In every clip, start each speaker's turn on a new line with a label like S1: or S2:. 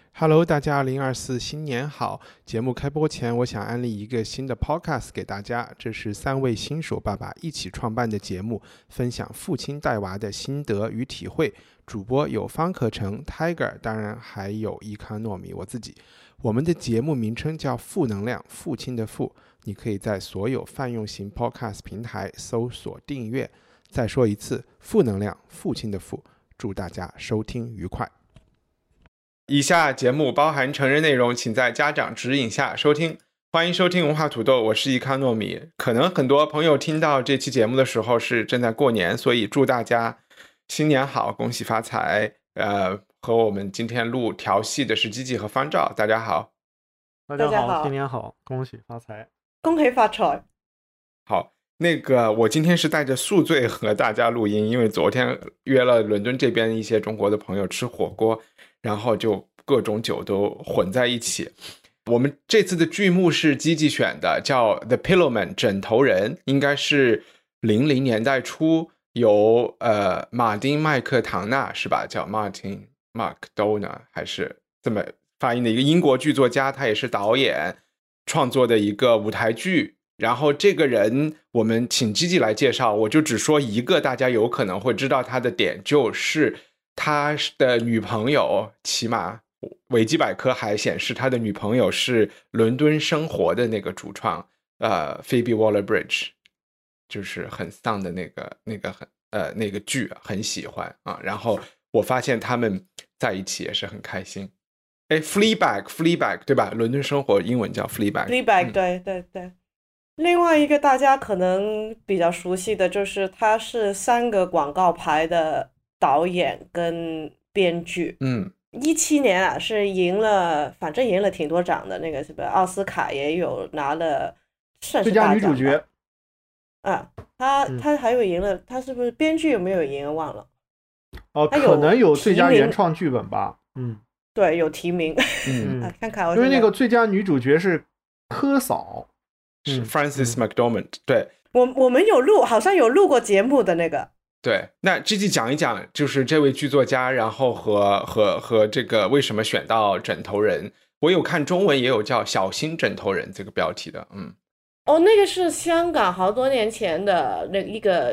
S1: Hello，大家2024新年好！节目开播前，我想安利一个新的 podcast 给大家，这是3位新手爸爸一起创办的节目，分享父亲带娃的心得与体会。主播有方可成、Tiger， 当然还有伊康糯米我自己。我们的节目名称叫负能量，父亲的父，你可以在所有泛用型 podcast 平台搜索订阅。再说一次，负能量，父亲的父，祝大家收听愉快。以下节目包含成人内容，请在家长指引下收听。欢迎收听文化土豆，我是伊康糯米。可能很多朋友听到这期节目的时候是正在过年，所以祝大家新年好，恭喜发财。和我们今天录调戏的是吉吉和方照，大家好。
S2: 大家好，新年好，恭喜发财，
S3: 恭喜发财。
S1: 好，我今天是带着宿醉和大家录音，因为昨天约了伦敦这边一些中国的朋友吃火锅，然后就各种酒都混在一起。我们这次的剧目是基基选的，叫 The Pillowman 枕头人，应该是00年代初由马丁麦克唐纳是吧，叫 Martin McDonagh 还是这么发音的一个英国剧作家，他也是导演创作的一个舞台剧。然后这个人我们请基基来介绍，我就只说一个大家有可能会知道他的点，就是他的女朋友，起码维基百科还显示他的女朋友是伦敦生活的那个主创Phoebe Waller-Bridge， 就是很丧的那个剧很喜欢啊。然后我发现他们在一起也是很开心。Fleabag 对吧？伦敦生活英文叫 Fleabag，
S3: 对对对。另外一个大家可能比较熟悉的就是他是3个广告牌的导演跟编剧。17年啊是反正赢了挺多奖的，那个是不是奥斯卡也有拿了，算是大奖吧。
S2: 最佳女主角。
S3: 他还有赢了，他是不是编剧有没有赢忘了？
S2: 可能有最佳原创剧本吧。
S3: 对，有提名。看看
S2: 因为那个最佳女主角是科嫂。
S1: 是 Frances McDormand， 对，
S3: 我们有录，好像有录过节目的那个。
S1: 对，那 Gigi 讲一讲，就是这位剧作家，然后和这个为什么选到枕头人。我有看中文也有叫小心枕头人这个标题的。
S3: 那个是香港好多年前的那个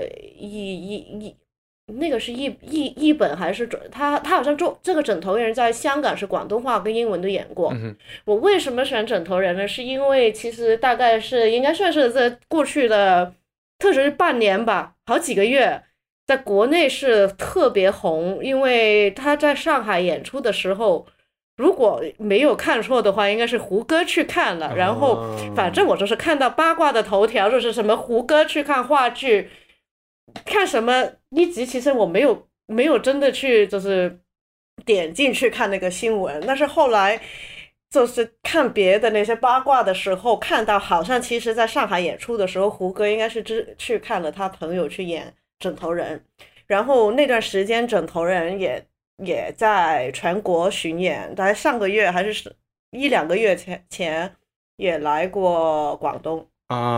S3: 那个是译本还是他好像这个枕头人在香港是广东话跟英文都演过。我为什么选枕头人呢？是因为其实大概是应该算是在过去的特别是半年吧，好几个月在国内是特别红，因为他在上海演出的时候，如果没有看错的话应该是胡歌去看了，然后反正我就是看到八卦的头条就是什么胡歌去看话剧，看什么一集，其实我没有真的去就是点进去看那个新闻，但是后来就是看别的那些八卦的时候看到，好像其实在上海演出的时候胡歌应该是去看了他朋友去演枕头人，然后那段时间枕头人也在全国巡演，大概上个月还是1-2个月前也来过广东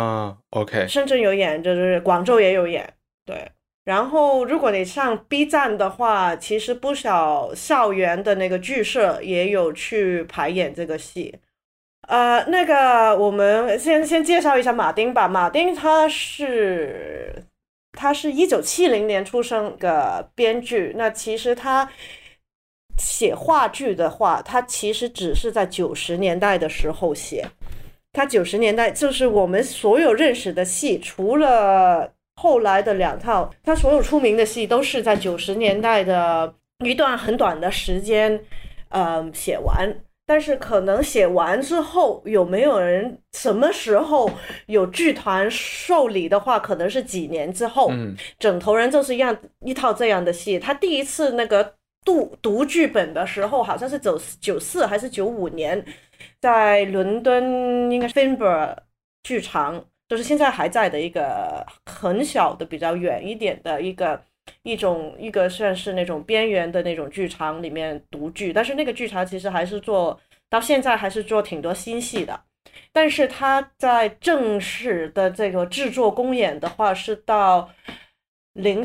S1: OK，
S3: 深圳有演，就是广州也有演。对，然后如果你上 B 站的话，其实不少校园的那个剧社也有去排演这个戏。那个我们先介绍一下马丁吧。马丁他是1970年出生的编剧，那其实他写话剧的话，他其实只是在90年代的时候写。他90年代就是我们所有认识的戏，除了后来的2套，他所有出名的戏都是在90年代的一段很短的时间写完。但是可能写完之后有没有人什么时候有剧团受理的话，可能是几年之后。枕头人就是一套这样的戏，他第一次那个读剧本的时候好像是94还是95年，在伦敦应该是 Finborough 剧场，就是现在还在的一个很小的比较远一点的一个算是那种边缘的那种剧场里面读剧，但是那个剧场其实还是到现在还是做挺多新戏的。但是他在正式的这个制作公演的话是到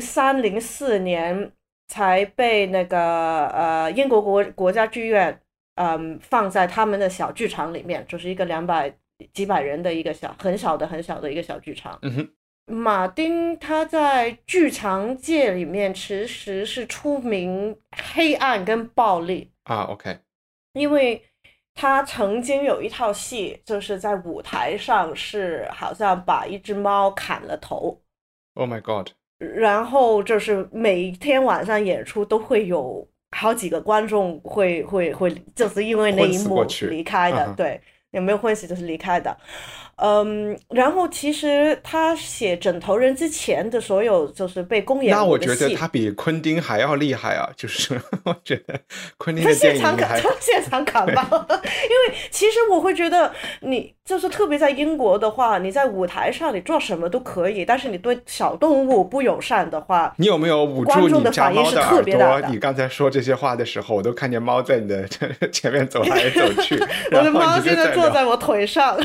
S3: 03、04年才被那个英国国家剧院放在他们的小剧场里面，就是一个200几百人的一个很小的一个小剧场。马丁他在剧场界里面其实是出名黑暗跟暴力
S1: OK，
S3: 因为他曾经有一套戏就是在舞台上是好像把一只猫砍了头。
S1: Oh my god！
S3: 然后就是每天晚上演出都会有好几个观众会就是因为那一幕离开的，对，有没有混死就是离开的。然后其实他写枕头人之前的所有就是被公演
S1: 那我觉得他比昆汀还要厉害啊，就是我觉得昆汀的电影
S3: 他现场砍吧因为其实我会觉得你就是特别在英国的话，你在舞台上你做什么都可以，但是你对小动物不友善的话，
S1: 你有没有捂住你家猫的耳朵？你刚才说这些话的时候，我都看见猫在你的前面走来走去
S3: 我的猫现在坐在我腿上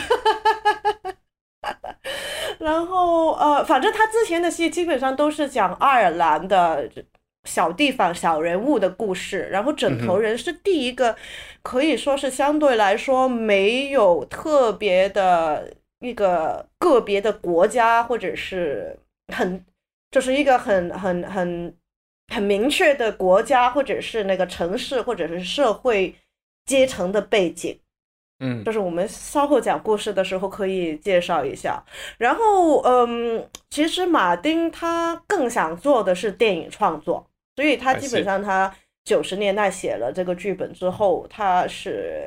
S3: 然后反正他之前的戏基本上都是讲爱尔兰的小地方小人物的故事，然后枕头人是第一个可以说是相对来说没有特别的一个个别的国家，或者是就是一个很明确的国家，或者是那个城市，或者是社会阶层的背景。就是我们稍后讲故事的时候可以介绍一下。然后其实马丁他更想做的是电影创作，所以他基本上他90年代写了这个剧本之后，他是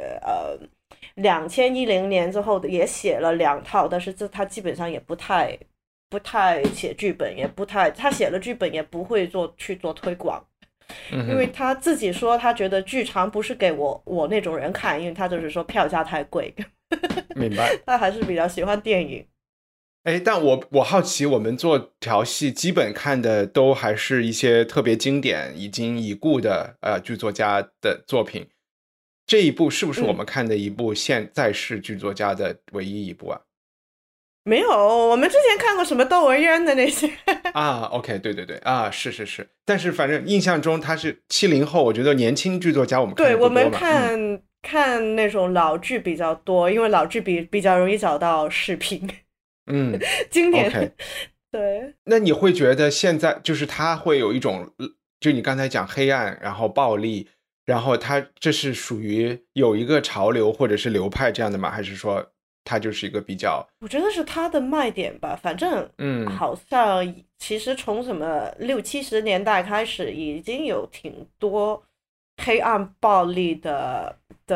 S3: 2010年之后也写了2套，但是他基本上也不太写剧本，他写了剧本也不会去做推广。因为他自己说他觉得剧场不是给我那种人看，因为他就是说票价太贵
S1: 明白
S3: 他还是比较喜欢电影。
S1: 但我好奇，我们做条戏基本看的都还是一些特别经典已经已故的剧作家的作品，这一部是不是我们看的一部现在世剧作家的唯一一部啊？
S3: 没有，我们之前看过什么窦文渊的那些
S1: OK， 对是，但是反正印象中他是70后，我觉得年轻剧作家我们看的不多嘛。
S3: 对，我们看那种老剧比较多，因为老剧比较容易找到视频经典
S1: okay。
S3: 对，
S1: 那你会觉得现在就是他会有一种就你刚才讲黑暗然后暴力，然后他这是属于有一个潮流或者是流派这样的吗？还是说它就是一个比较，
S3: 我觉得是它的卖点吧。反正好像其实从什么60-70年代开始已经有挺多黑暗暴力的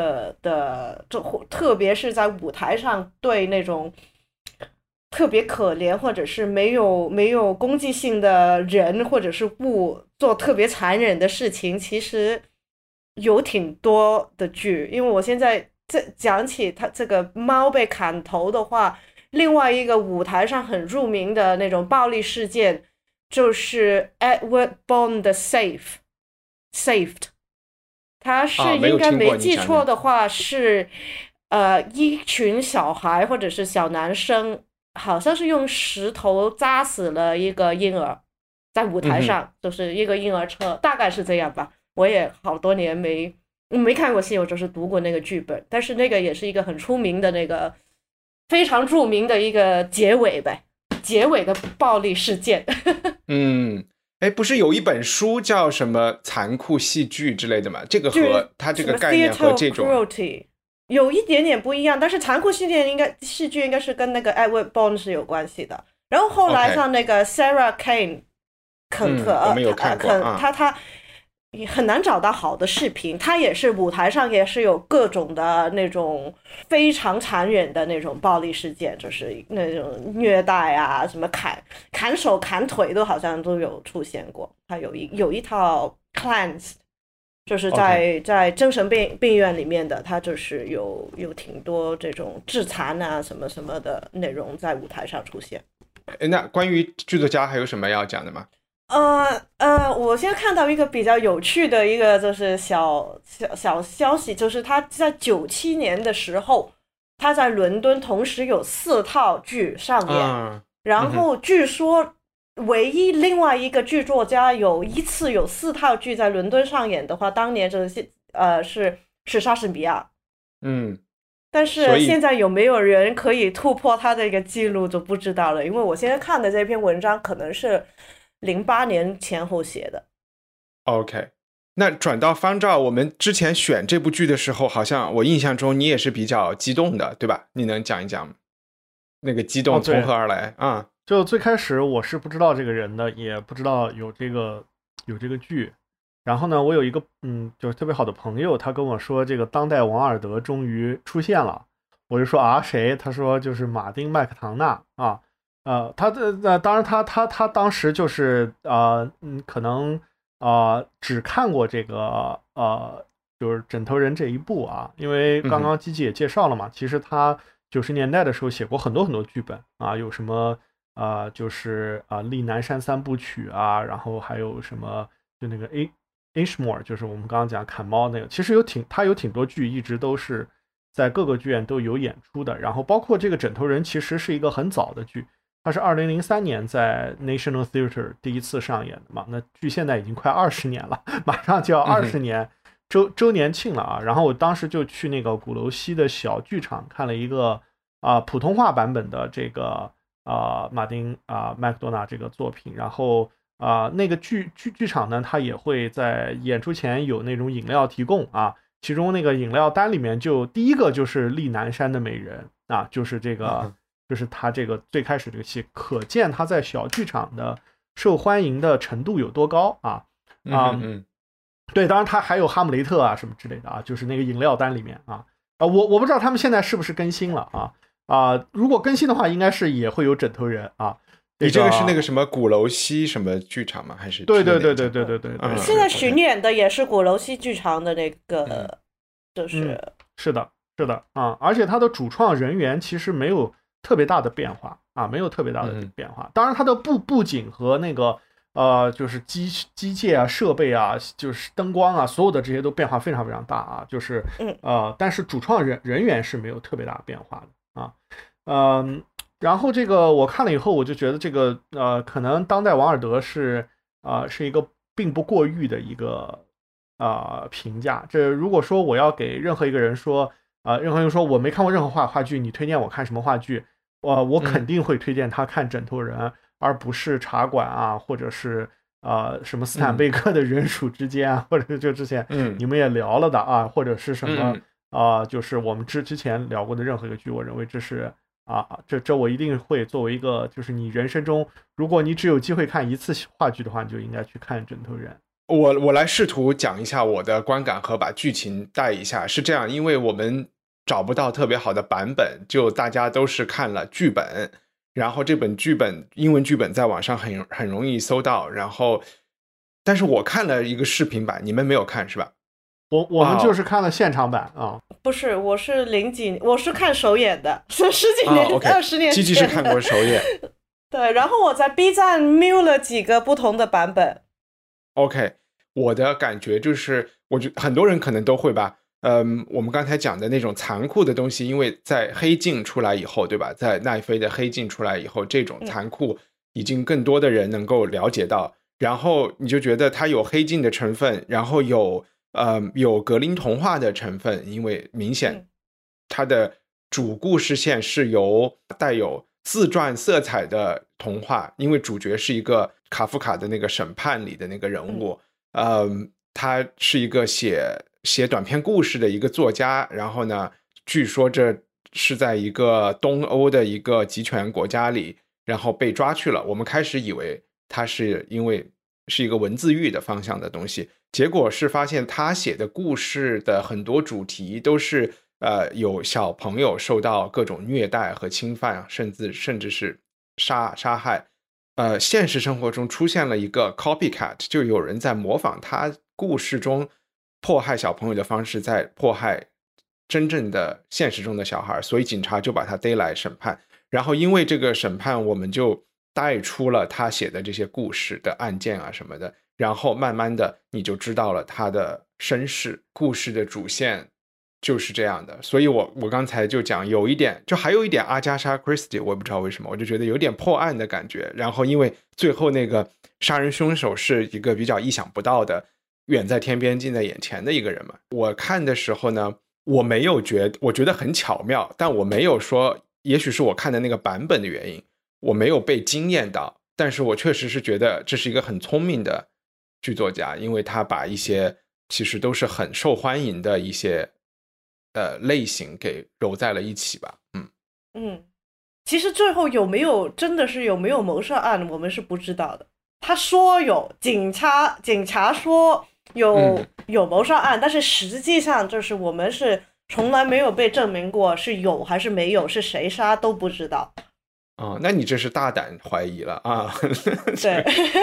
S3: 特别是在舞台上对那种特别可怜或者是没有攻击性的人或者是物做特别残忍的事情，其实有挺多的剧。因为我现在讲起他这个猫被砍头的话，另外一个舞台上很著名的那种暴力事件就是 Edward Bond 的 Saved， 他是应该没记错的话是一群小孩或者是小男生，好像是用石头砸死了一个婴儿，在舞台上就是一个婴儿车，大概是这样吧。我也好多年没看过戏，我就是读过那个剧本，但是那个也是一个很出名的那个非常著名的一个结尾的暴力事件
S1: 不是有一本书叫什么残酷戏剧之类的吗？这个和它这个概念和这种
S3: 有一点点不一样，但是残酷戏剧应该是跟那个 Edward Bond 是有关系的。然后后来像那个 Sarah Kane
S1: 我没有看过
S3: 他很难找到好的视频，他也是舞台上也是有各种的那种非常残忍的那种暴力事件，就是那种虐待啊，什么砍手砍腿都好像都有出现过。他有一套 Cleansed， 就是在精神病院里面的，他就是有挺多这种致残啊什么什么的内容在舞台上出现。
S1: 那关于剧作家还有什么要讲的吗？
S3: 我现在看到一个比较有趣的一个就是小消息，就是他在97年的时候，他在伦敦同时有4套剧上演，然后据说唯一另外一个剧作家有一次有4套剧在伦敦上演的话，当年就是是莎士比亚。但是
S1: 所以
S3: 现在有没有人可以突破他的一个记录就不知道了，因为我现在看的这篇文章可能是08年前后写的。
S1: OK， 那转到方照，我们之前选这部剧的时候，好像我印象中你也是比较激动的，对吧？你能讲一讲那个激动从何而来啊？
S2: 就最开始我是不知道这个人的，也不知道有这个剧。然后呢，我有一个就是特别好的朋友，他跟我说这个当代王尔德终于出现了。我就说啊，谁？他说就是马丁麦克唐纳啊。他当然他当时就是可能只看过这个就是枕头人这一部啊，因为刚刚基基也介绍了嘛，其实他90年代的时候写过很多很多剧本啊，有什么就是立南山3部曲啊，然后还有什么就那个Ashmore， 就是我们刚刚讲砍猫那个，其实他有挺多剧一直都是在各个剧院都有演出的，然后包括这个枕头人其实是一个很早的剧，它是2003年在 National Theatre 第一次上演的嘛，那距现在已经快20年了，马上就要20年周年庆了啊。然后我当时就去那个鼓楼西的小剧场看了一个普通话版本的这个马丁麦克多纳这个作品，然后那个剧场呢，它也会在演出前有那种饮料提供啊，其中那个饮料单里面就第一个就是立南山的美人啊，就是这个就是他这个最开始这个戏，可见他在小剧场的受欢迎的程度有多高啊。对，当然他还有哈姆雷特啊什么之类的啊，就是那个饮料单里面我不知道他们现在是不是更新了如果更新的话应该是也会有枕头人啊。
S1: 你这个是那个什么鼓楼西什么剧场吗？还是
S2: 对，
S3: 现在巡演的也是鼓楼西剧场的那个
S2: 是的而且他的主创人员其实没有特别大的变化没有特别大的变化。当然他的布景和那个就是机械啊设备啊就是灯光所有的这些都变化非常非常大就是但是主创人员是没有特别大的变化的然后这个我看了以后，我就觉得这个可能当代王尔德是一个并不过誉的一个评价。这如果说我要给任何一个人说任何人说我没看过任何话剧，你推荐我看什么话剧？我肯定会推荐他看《枕头人》，而不是《茶馆》或者是什么斯坦贝克的人鼠之间或者就之前你们也聊了的或者是什么就是我们之前聊过的任何一个剧，我认为这是。这我一定会作为一个，就是你人生中，如果你只有机会看一次话剧的话，你就应该去看《枕头人》。
S1: 我来试图讲一下我的观感和把剧情带一下。是这样，因为我们找不到特别好的版本，就大家都是看了剧本，然后这本剧本英文剧本在网上很容易搜到，然后但是我看了一个视频版，你们没有看是吧？
S2: 我们就是看了现场版
S3: 不是，我是我是看首演的，是10几年、20年前。
S1: 基基是看过首演，
S3: 对，然后我在 B 站瞄了几个不同的版本。
S1: OK， 我的感觉就是，我觉得很多人可能都会吧。我们刚才讲的那种残酷的东西，因为在黑镜出来以后，对吧？在奈飞的黑镜出来以后，这种残酷已经更多的人能够了解到，然后你就觉得它有黑镜的成分，然后有格林童话的成分，因为明显它的主故事线是由带有自传色彩的童话，因为主角是一个卡夫卡的那个审判里的那个人物，他是一个写短篇故事的一个作家，然后呢，据说这是在一个东欧的一个集权国家里，然后被抓去了。我们开始以为他是因为是一个文字狱的方向的东西，结果是发现他写的故事的很多主题都是有小朋友受到各种虐待和侵犯，甚至是杀害。现实生活中出现了一个 copycat， 就有人在模仿他故事中迫害小朋友的方式，在迫害真正的现实中的小孩，所以警察就把他逮来审判。然后因为这个审判，我们就带出了他写的这些故事的案件什么的，然后慢慢的你就知道了他的身世，故事的主线就是这样的。所以我刚才就讲有一点，就还有一点阿加莎·克里斯蒂，我也不知道为什么，我就觉得有点破案的感觉。然后因为最后那个杀人凶手是一个比较意想不到的远在天边近在眼前的一个人嘛。我看的时候呢，我觉得很巧妙，但我没有说，也许是我看的那个版本的原因，我没有被惊艳到，但是我确实是觉得这是一个很聪明的剧作家，因为他把一些其实都是很受欢迎的一些类型给揉在了一起吧。
S3: 其实最后真的是有没有谋杀案，我们是不知道的。他说有，警察说有谋杀案，但是实际上就是我们是从来没有被证明过是有还是没有，是谁杀都不知道。
S1: 那你这是大胆怀疑了啊！
S3: 对，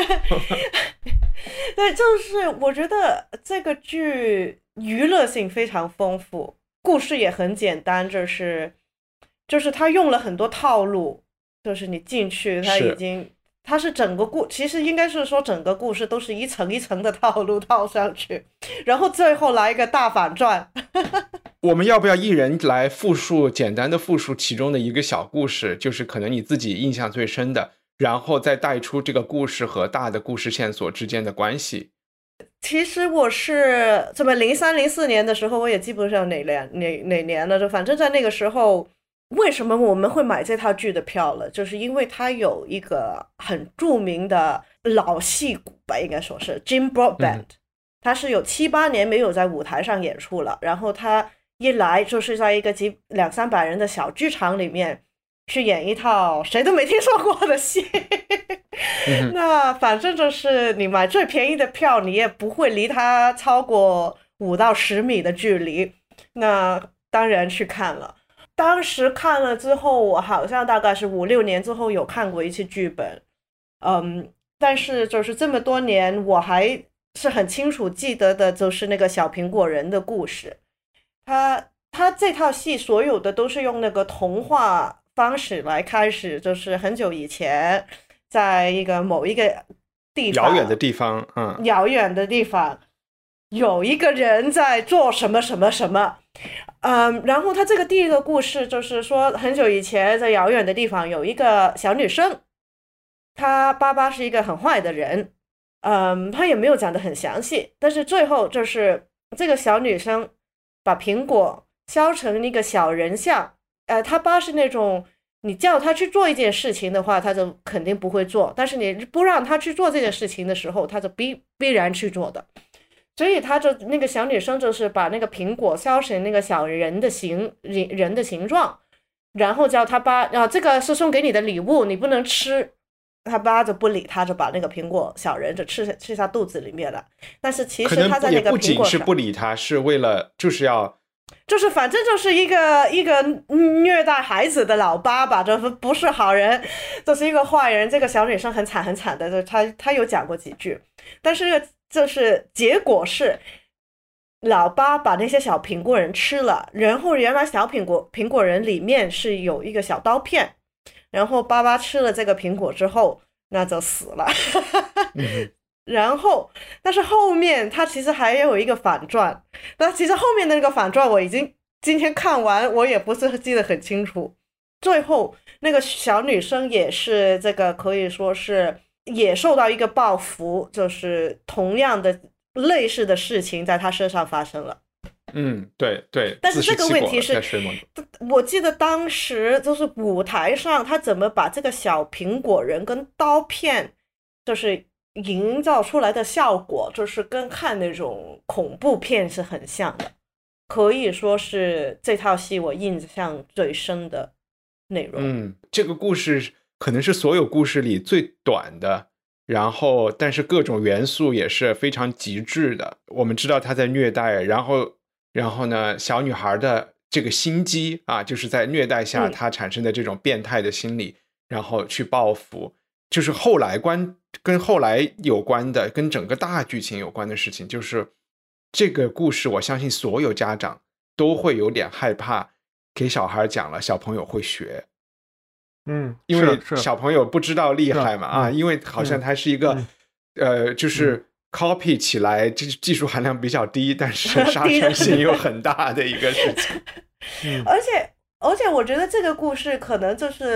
S3: 对，就是我觉得这个剧娱乐性非常丰富，故事也很简单，就是他用了很多套路，就是你进去它是整个其实应该是说整个故事都是一层一层的套路套上去，然后最后来一个大反转。
S1: 我们要不要一人来简单的复述其中的一个小故事，就是可能你自己印象最深的，然后再带出这个故事和大的故事线索之间的关系？
S3: 其实我是这么03、04年的时候，我也记不上哪年了，就反正在那个时候。为什么我们会买这套剧的票了？就是因为它有一个很著名的老戏骨吧，应该说是 Jim Broadbent，他是有7、8年没有在舞台上演出了，然后他一来就是在一个200-300人的小剧场里面去演一套谁都没听说过的戏。那反正就是你买最便宜的票，你也不会离他超过5到10米的距离，那当然去看了。当时看了之后，我好像大概是5、6年之后有看过一次剧本，但是就是这么多年，我还是很清楚记得的，就是那个小苹果人的故事。他这套戏所有的都是用那个童话方式来开始，就是很久以前，在某一个地方，
S1: 遥远的地方，
S3: 有一个人在做什么什么什么。然后他这个第一个故事就是说，很久以前在遥远的地方有一个小女生，她爸爸是一个很坏的人，他也没有讲得很详细，但是最后就是这个小女生把苹果削成一个小人像，她爸是那种你叫他去做一件事情的话，他就肯定不会做，但是你不让他去做这件事情的时候，他就必然去做的。所以他就那个小女生就是把那个苹果削成那个小人的形状，然后叫他爸这个是送给你的礼物，你不能吃。他爸就不理他，就把那个苹果小人就吃下肚子里面了。但是其实他在那个苹果上，
S1: 可能也不仅是不理他，是为了就是
S3: 反正就是一个虐待孩子的老爸爸，就不是好人，就是一个坏人。这个小女生很惨的，就他有讲过几句，但是就是结果是老爸把那些小苹果人吃了，然后原来小苹果人里面是有一个小刀片，然后爸爸吃了这个苹果之后那就死了。然后但是后面他其实还有一个反转，但其实后面的那个反转我已经今天看完，我也不是记得很清楚。最后那个小女生也是这个可以说是也受到一个报复，就是同样的类似的事情在她身上发生了。
S1: 对。
S3: 但是这个问题是，我记得当时就是舞台上他怎么把这个小苹果人跟刀片就是营造出来的效果，就是跟看那种恐怖片是很像的，可以说是这套戏我印象最深的内容。
S1: 这个故事可能是所有故事里最短的，然后但是各种元素也是非常极致的。我们知道他在虐待，然后呢，小女孩的这个心机啊，就是在虐待下她产生的这种变态的心理，然后去报复，就是跟后来有关的，跟整个大剧情有关的事情，就是这个故事，我相信所有家长都会有点害怕，给小孩讲了，小朋友会学。因为小朋友不知道厉害嘛，因为好像它是一个就是 copy 起来技术含量比较低，但是杀伤性又很大的一个事情。
S3: 而且我觉得这个故事可能就是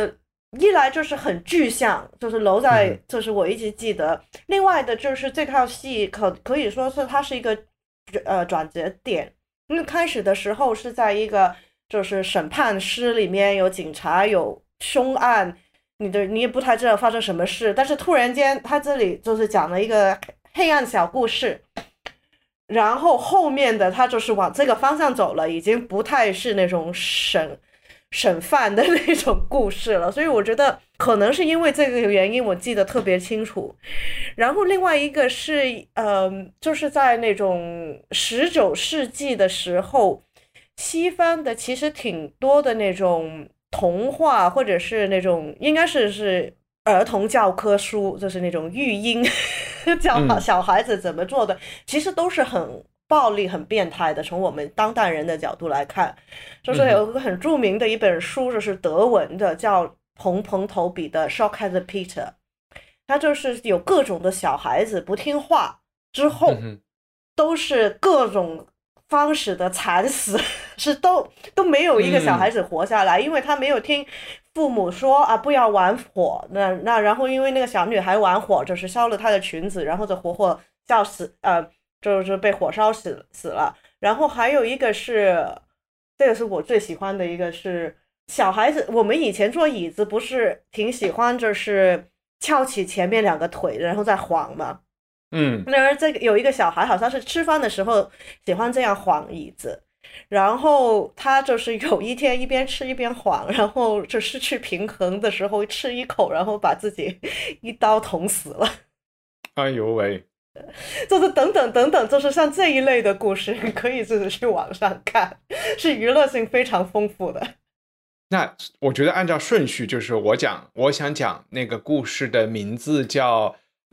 S3: 一来就是很具象，就是楼在，就是我一直记得。另外的就是这套戏可以说是它是一个转折点，因为开始的时候是在一个就是审判室里面，有警察有凶案，你也不太知道发生什么事，但是突然间他这里就是讲了一个黑暗小故事。然后后面的他就是往这个方向走了，已经不太是那种审判的那种故事了，所以我觉得可能是因为这个原因，我记得特别清楚。然后另外一个是，就是在那种19世纪的时候，西方的其实挺多的那种童话，或者是那种应该是儿童教科书，就是那种育婴教小孩子怎么做的，其实都是很暴力很变态的，从我们当代人的角度来看。就是有一个很著名的一本书，就是德文的，叫蓬头比的 Shockhead Peter， 他就是有各种的小孩子不听话之后，都是各种方式的惨死，是都没有一个小孩子活下来，因为他没有听父母说啊不要玩火，那然后因为那个小女孩玩火，就是烧了她的裙子，然后就活烧死，就是被火烧死了。然后还有一个是，这个是我最喜欢的一个是小孩子，我们以前坐椅子不是挺喜欢就是翘起前面2个腿然后再晃吗？那这个有一个小孩好像是吃饭的时候喜欢这样晃椅子，然后他就是有一天一边吃一边晃，然后就失去平衡的时候吃一口，然后把自己一刀捅死了。
S1: 哎呦喂！
S3: 就是等等，就是像这一类的故事，可以自己去网上看，是娱乐性非常丰富的。
S1: 那我觉得按照顺序，就是我想讲那个故事的名字叫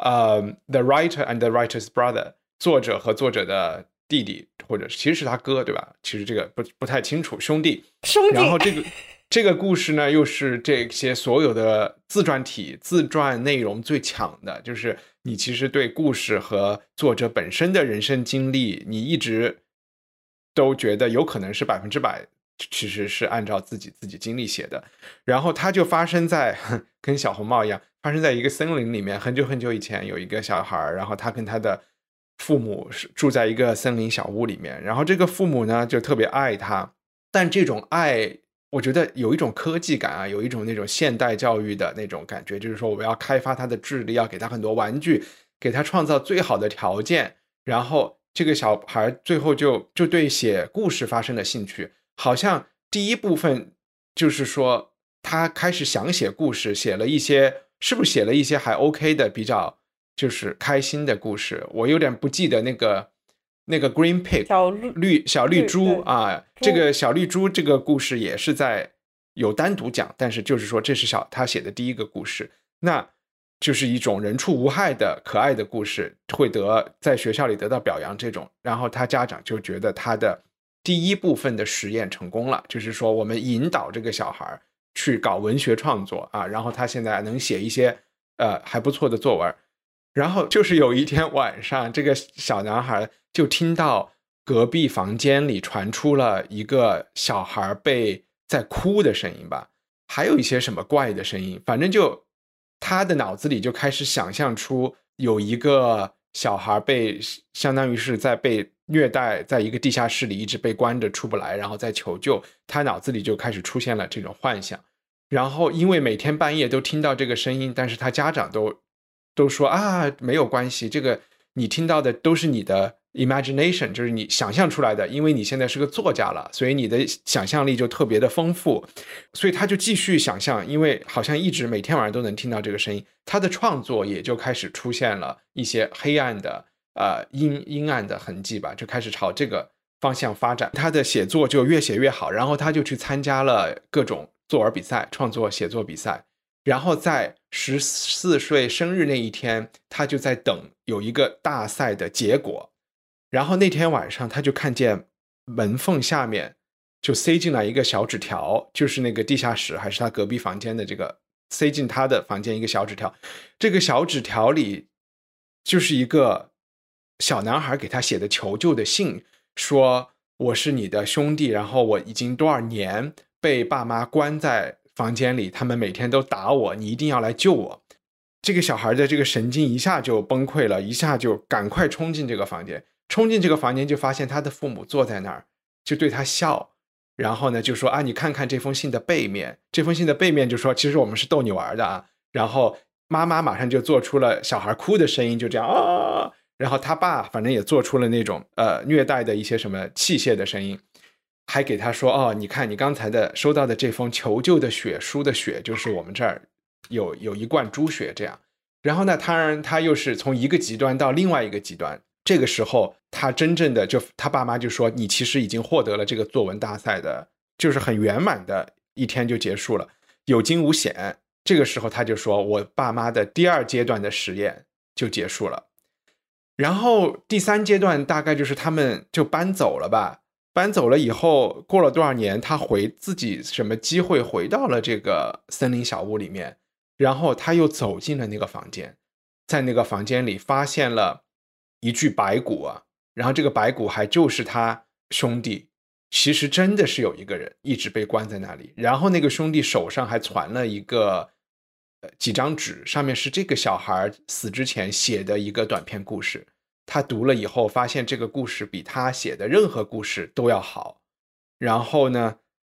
S1: The Writer and the Writer's Brother， 作者和作者的弟弟，或者其实是他哥，对吧？其实这个不太清楚，兄弟。然后这个故事呢，又是这些所有的自传内容最强的，就是你其实对故事和作者本身的人生经历，你一直都觉得有可能是100%，其实是按照自己经历写的。然后它就发生在跟小红帽一样，发生在一个森林里面。很久很久以前，有一个小孩，然后他跟他的父母住在一个森林小屋里面，然后这个父母呢就特别爱他，但这种爱我觉得有一种科技感啊，有一种那种现代教育的那种感觉，就是说我要开发他的智力，要给他很多玩具，给他创造最好的条件，然后这个小孩最后就对写故事发生了兴趣。好像第一部分就是说他开始想写故事，是不是写了一些还 OK 的比较就是开心的故事。我有点不记得那个 Green Pig 小绿猪啊，这个小绿猪这个故事也是有单独讲，但是就是说这是他写的第一个故事，那就是一种人畜无害的可爱的故事，会在学校里得到表扬这种。然后他家长就觉得他的第一部分的实验成功了，就是说我们引导这个小孩去搞文学创作啊，然后他现在能写一些还不错的作文。然后就是有一天晚上，这个小男孩就听到隔壁房间里传出了一个小孩在哭的声音吧，还有一些什么怪的声音，反正就他的脑子里就开始想象出有一个小孩相当于是被虐待，在一个地下室里一直被关着出不来，然后再求救，他脑子里就开始出现了这种幻想。然后因为每天半夜都听到这个声音，但是他家长都说啊没有关系，这个你听到的都是你的 imagination， 就是你想象出来的，因为你现在是个作家了，所以你的想象力就特别的丰富。所以他就继续想象，因为好像一直每天晚上都能听到这个声音，他的创作也就开始出现了一些黑暗的阴暗的痕迹吧，就开始朝这个方向发展。他的写作就越写越好，然后他就去参加了各种作文比赛、创作写作比赛。然后在14岁生日那一天，他就在等有一个大赛的结果。然后那天晚上他就看见门缝下面就塞进来一个小纸条，就是那个地下室还是他隔壁房间的这个塞进他的房间一个小纸条。这个小纸条里就是一个小男孩给他写的求救的信，说我是你的兄弟，然后我已经多少年被爸妈关在房间里，他们每天都打我，你一定要来救我。这个小孩的这个神经一下就崩溃了，一下就赶快冲进这个房间，冲进这个房间就发现他的父母坐在那儿，就对他笑，然后呢就说啊，你看看这封信的背面，这封信的背面就说其实我们是逗你玩的啊。然后妈妈马上就做出了小孩哭的声音，就这样啊，然后他爸反正也做出了那种虐待的一些什么器械的声音，还给他说哦，你看你刚才收到的这封求救的血书的血，就是我们这儿有一罐猪血这样。然后呢，他又是从一个极端到另外一个极端。这个时候他真正的他爸妈就说你其实已经获得了这个作文大赛的，就是很圆满的一天就结束了，有惊无险。这个时候他就说我爸妈的第2阶段的实验就结束了。然后第3阶段大概就是他们就搬走了吧，搬走了以后过了多少年，他自己什么机会回到了这个森林小屋里面，然后他又走进了那个房间，在那个房间里发现了一具白骨啊，然后这个白骨还就是他兄弟，其实真的是有一个人一直被关在那里，然后那个兄弟手上还传了一个几张纸，上面是这个小孩死之前写的一个短篇故事，他读了以后发现这个故事比他写的任何故事都要好，然后呢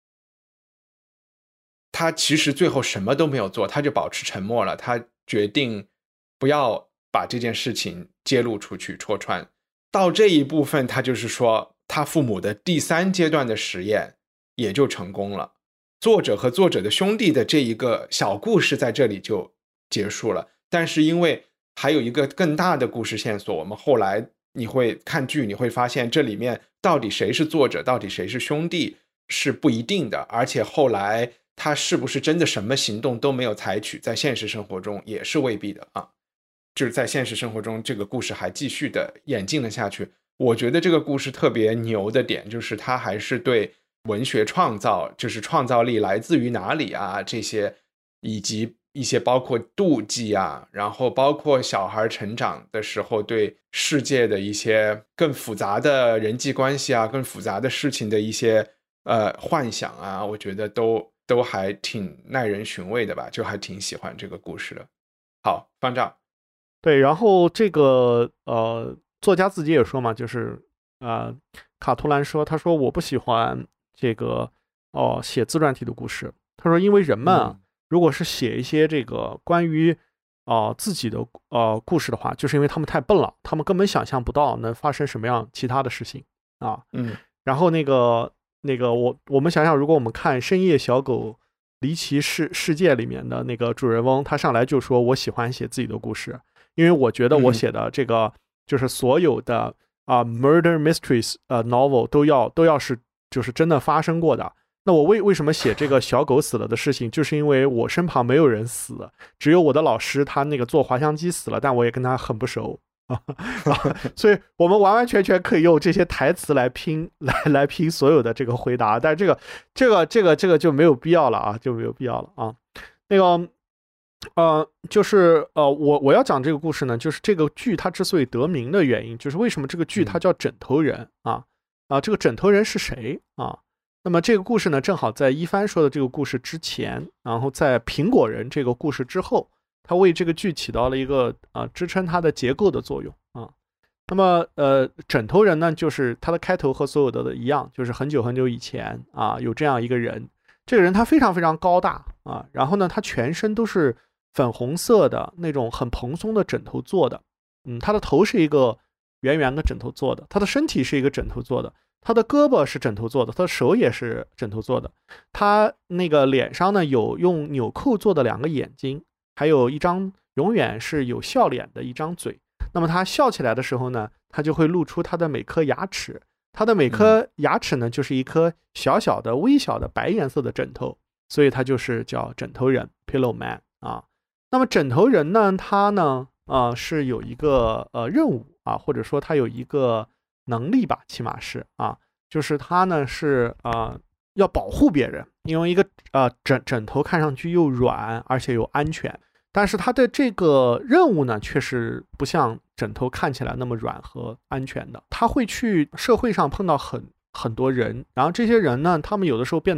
S1: 他其实最后什么都没有做，他就保持沉默了，他决定不要把这件事情揭露出去戳穿。到这一部分他就是说他父母的第3阶段的实验也就成功了，作者和作者的兄弟的这一个小故事在这里就结束了。但是因为还有一个更大的故事线索，我们后来你会看剧你会发现这里面到底谁是作者到底谁是兄弟是不一定的，而且后来他是不是真的什么行动都没有采取，在现实生活中也是未必的啊。就是在现实生活中这个故事还继续的演进了下去。我觉得这个故事特别牛的点就是它还是对文学创造，就是创造力来自于哪里啊，这些以及一些包括妒忌啊，然后包括小孩成长的时候对世界的一些更复杂的人际关系啊，更复杂的事情的一些幻想啊，我觉得都还挺耐人寻味的吧，就还挺喜欢这个故事的。好，方丈。
S2: 对，然后这个作家自己也说嘛，就是卡图兰说，他说我不喜欢这个写自传体的故事。他说因为人们啊，如果是写一些这个关于自己的故事的话，就是因为他们太笨了，他们根本想象不到能发生什么样其他的事情啊。然后那个我们想想，如果我们看《深夜小狗离奇世界》里面的那个主人翁，他上来就说我喜欢写自己的故事，因为我觉得我写的这个就是所有的murder mysteries novel 都要是就是真的发生过的。那我为什么写这个小狗死了的事情，就是因为我身旁没有人死，只有我的老师他那个做滑翔机死了，但我也跟他很不熟所以我们完完全全可以用这些台词来拼所有的这个回答，但这个就没有必要了啊，就没有必要了啊。那个就是我要讲这个故事呢，就是这个剧它之所以得名的原因，就是为什么这个剧它叫枕头人这个枕头人是谁啊？那么这个故事呢，正好在一帆说的这个故事之前，然后在苹果人这个故事之后，它为这个剧起到了一个支撑它的结构的作用啊。那么枕头人呢，就是它的开头和所有的一样，就是很久很久以前有这样一个人，这个人他非常非常高大然后呢他全身都是粉红色的那种很蓬松的枕头做的，他的头是一个圆圆的枕头做的，他的身体是一个枕头做的，他的胳膊是枕头做的，他的手也是枕头做的，他那个脸上呢有用纽扣做的2个眼睛，还有一张永远是有笑脸的一张嘴。那么他笑起来的时候呢，他就会露出他的每颗牙齿，他的每颗牙齿呢就是一颗小小的微小的白颜色的枕头，所以他就是叫枕头人 Pillow Man 那么枕头人呢，他呢是有一个任务或者说他有一个能力吧，起码是就是他呢是要保护别人，因为一个枕头看上去又软而且又安全，但是他的这个任务呢确实不像枕头看起来那么软和安全的，他会去社会上碰到很多人，然后这些人呢他们有的时候变得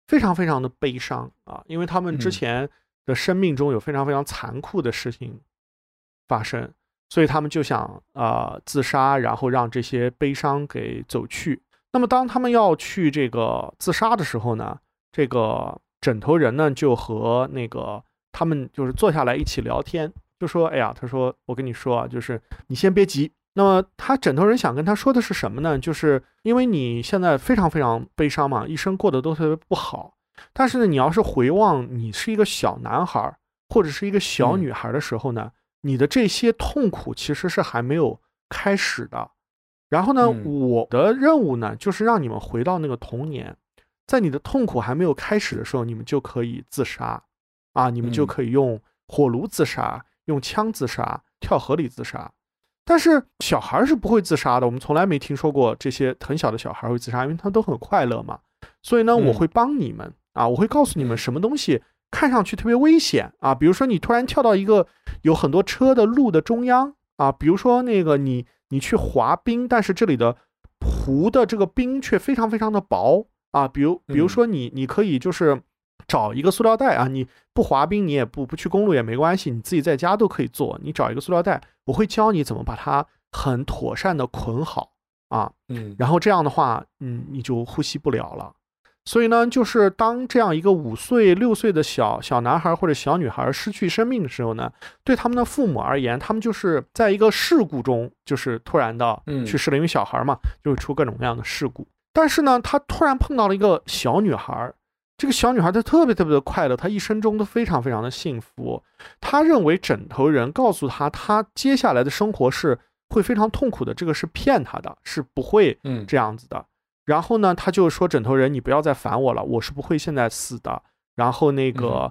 S2: 非常非常的悲伤啊，因为他们之前的生命中有非常非常残酷的事情发生，所以他们就想自杀，然后让这些悲伤给走去。那么当他们要去这个自杀的时候呢，这个枕头人呢就和那个他们就是坐下来一起聊天，就说哎呀，他说我跟你说啊，就是你先别急。那么他枕头人想跟他说的是什么呢？就是因为你现在非常非常悲伤嘛，一生过得都特别不好，但是呢你要是回望你是一个小男孩或者是一个小女孩的时候呢，你的这些痛苦其实是还没有开始的。然后呢，我的任务呢，就是让你们回到那个童年，在你的痛苦还没有开始的时候，你们就可以自杀啊，你们就可以用火炉自杀，用枪自杀，跳河里自杀。但是小孩是不会自杀的，我们从来没听说过这些很小的小孩会自杀，因为他们都很快乐嘛。所以呢，我会帮你们啊，我会告诉你们什么东西看上去特别危险啊，比如说你突然跳到一个有很多车的路的中央啊，比如说那个你去滑冰，但是这里的湖的这个冰却非常非常的薄啊，比如说你可以就是找一个塑料袋啊，你不滑冰你也不去公路也没关系，你自己在家都可以做，你找一个塑料袋，我会教你怎么把它很妥善的捆好啊，然后这样的话你就呼吸不了了。所以呢，就是当这样一个5岁6岁的小男孩或者小女孩失去生命的时候呢，对他们的父母而言，他们就是在一个事故中就是突然的去世了，因为小孩嘛就会出各种各样的事故。但是呢，他突然碰到了一个小女孩，这个小女孩她特别特别的快乐，她一生中都非常非常的幸福。她认为枕头人告诉她，她接下来的生活是会非常痛苦的，这个是骗她的，是不会这样子的。然后呢，他就说枕头人，你不要再烦我了，我是不会现在死的。然后那个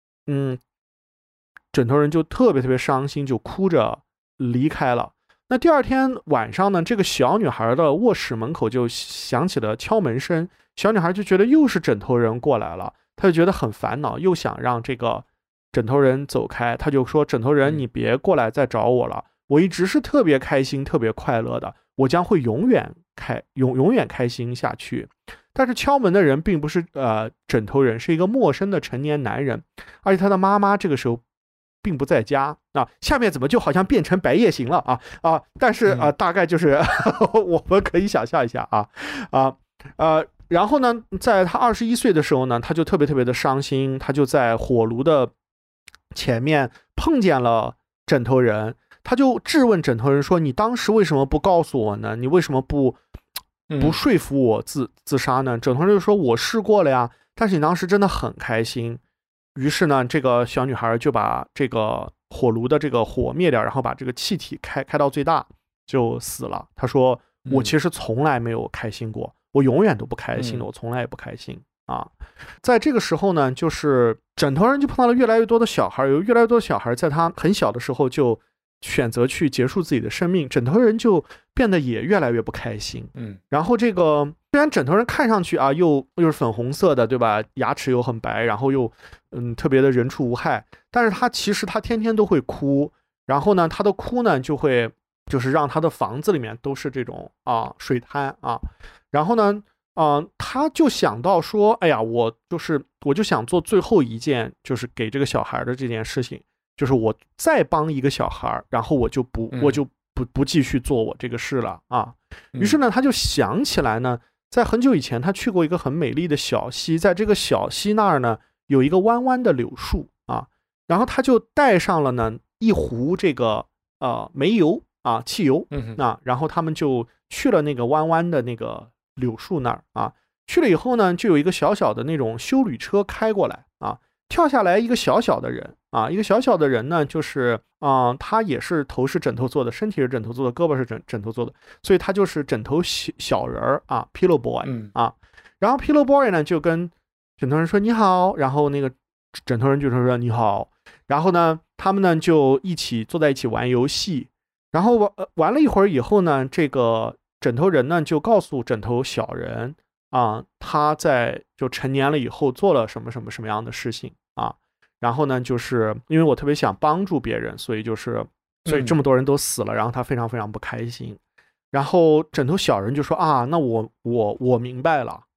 S2: 枕头人就特别特别伤心，就哭着离开了。那第二天晚上呢，这个小女孩的卧室门口就响起了敲门声，小女孩就觉得又是枕头人过来了，她就觉得很烦恼，又想让这个枕头人走开。她就说枕头人，你别过来再找我了，我一直是特别开心特别快乐的，我将会永远开心下去。但是敲门的人并不是枕头人，是一个陌生的成年男人，而且他的妈妈这个时候并不在家啊。下面怎么就好像变成白夜行了啊？但是大概就是我们可以想象一下然后呢，在他21岁的时候呢，他就特别特别的伤心，他就在火炉的前面碰见了枕头人，他就质问枕头人说，你当时为什么不告诉我呢？你为什么不说服我自杀呢？枕头人就说，我试过了呀，但是你当时真的很开心。于是呢，这个小女孩就把这个火炉的这个火灭掉，然后把这个气体开到最大，就死了。她说，我其实从来没有开心过，我永远都不开心的，我从来也不开心啊。在这个时候呢，就是枕头人就碰到了越来越多的小孩，有越来越多的小孩在他很小的时候就选择去结束自己的生命，枕头人就变得也越来越不开心。然后这个虽然枕头人看上去又是粉红色的，对吧？牙齿又很白，然后又特别的人畜无害，但是他其实他天天都会哭，然后呢，他的哭呢就是让他的房子里面都是这种水滩然后呢他就想到说，哎呀，我就想做最后一件，就是给这个小孩的这件事情，就是我再帮一个小孩，然后我就不继续做我这个事了于是呢，他就想起来呢，在很久以前他去过一个很美丽的小溪，在这个小溪那儿呢有一个弯弯的柳树然后他就带上了呢一壶这个煤油汽油然后他们就去了那个弯弯的那个柳树那儿去了以后呢，就有一个小小的那种休旅车开过来跳下来一个小小的人一个小小的人呢，就是他也是头是枕头做的，身体是枕头做的，胳膊是枕头做的，所以他就是枕头小人儿Pillow Boy 然后 Pillow Boy 呢就跟枕头人说你好，然后那个枕头人就说你好，然后呢他们呢就一起坐在一起玩游戏，然后玩了一会儿以后呢，这个枕头人呢就告诉枕头小人他在就成年了以后做了什么什么什么样的事情然后呢就是因为我特别想帮助别人，所以这么多人都死了，然后他非常非常不开心。然后枕头小人就说那我明白了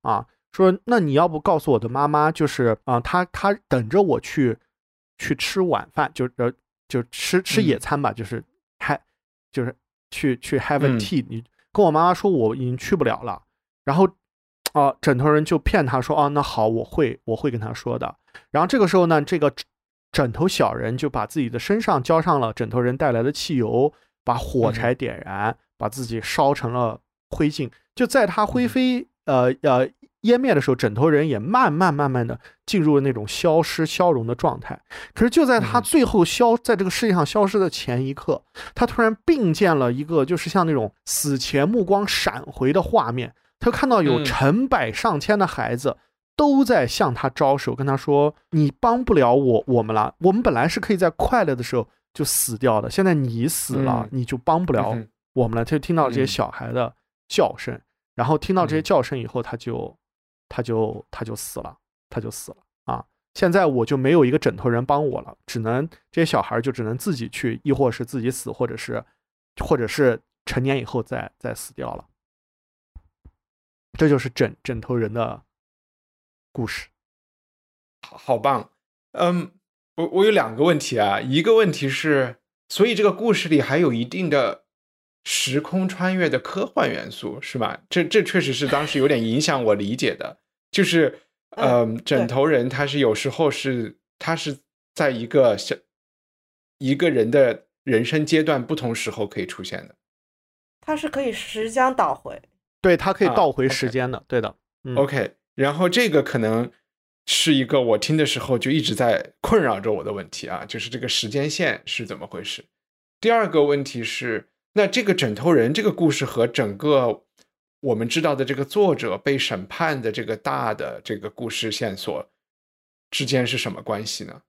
S2: 说那你要不告诉我的妈妈，就是她等着我去吃晚饭，就吃野餐吧，就是去 have a tea，你跟我妈妈说我已经去不了了。然后枕头人就骗他说那好，我会跟他说的。然后这个时候呢，这个枕头小人就把自己的身上浇上了枕头人带来的汽油，把火柴点燃，把自己烧成了灰烬。就在他灰飞湮灭的时候，枕头人也慢慢的进入了那种消失消融的状态。可是就在他最后在这个世界上消失的前一刻，他突然并见了一个就是像那种死前目光闪回的画面。他看到有成百上千的孩子都在向他招手，跟他说你帮不了我们了，我们本来是可以在快乐的时候就死掉的，现在你死了，你就帮不了我们了。他就听到这些小孩的叫声，然后听到这些叫声以后，他就死了啊！现在我就没有一个枕头人帮我了，这些小孩就只能自己去，亦或是自己死，或者是成年以后再死掉了。这就是枕头人的故事。
S1: 好棒。我有2个问题啊。一个问题是，所以这个故事里还有一定的时空穿越的科幻元素是吧？这确实是当时有点影响我理解的。就是枕头人他是有时候他是在一个人的人生阶段不同时候可以出现的。
S3: 他是可以时间倒回。
S2: 对，它可以倒回时间的，对的。
S1: OK， 然后这个可能是一个我听的时候就一直在困扰着我的问题啊，就是这个时间线是怎么回事。第2个问题是，那这个枕头人这个故事和整个我们知道的这个作者被审判的这个大的这个故事线索之间是什么关系呢？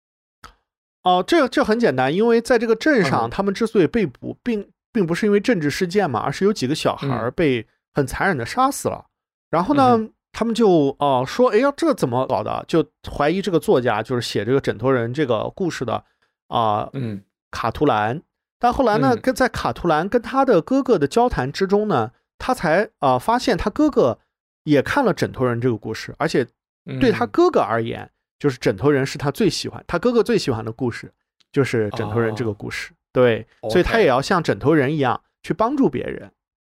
S2: 这很简单，因为在这个镇上，他们之所以被捕，并不是因为政治事件嘛，而是有几个小孩被很残忍的杀死了。然后呢，他们就说，哎呀，这怎么搞的？就怀疑这个作家就是写这个枕头人这个故事的卡图兰。但后来呢，在卡图兰跟他的哥哥的交谈之中呢，他才发现他哥哥也看了枕头人这个故事，而且对他哥哥而言，就是枕头人是他哥哥最喜欢的故事，就是枕头人这个故事。对，所以他也要像枕头人一样去帮助别人。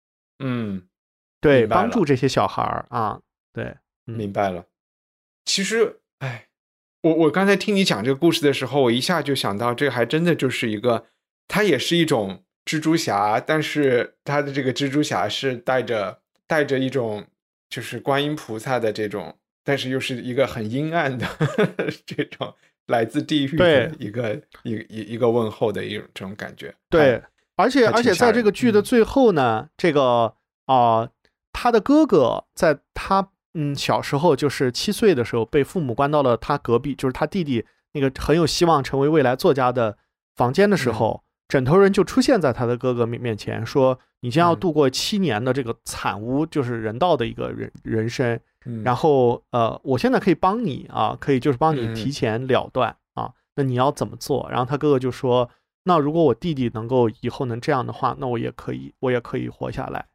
S2: 对，帮助这些小孩啊。对，
S1: 明白了。其实，我刚才听你讲这个故事的时候，我一下就想到，这还真的就是它也是一种蜘蛛侠，但是它的这个蜘蛛侠是带着一种就是观音菩萨的这种，但是又是一个很阴暗的这种来自地狱的一个问候的这种感觉。
S2: 对，而且在这个剧的最后呢，这个他的哥哥在他小时候就是7岁的时候被父母关到了他隔壁，就是他弟弟那个很有希望成为未来作家的房间的时候，枕头人就出现在他的哥哥面前，说你将要度过7年的这个惨无就是人道的一个人生，然后我现在可以帮你可以就是帮你提前了断那你要怎么做？然后他哥哥就说，那如果我弟弟能够以后能这样的话，那我也可以活下来。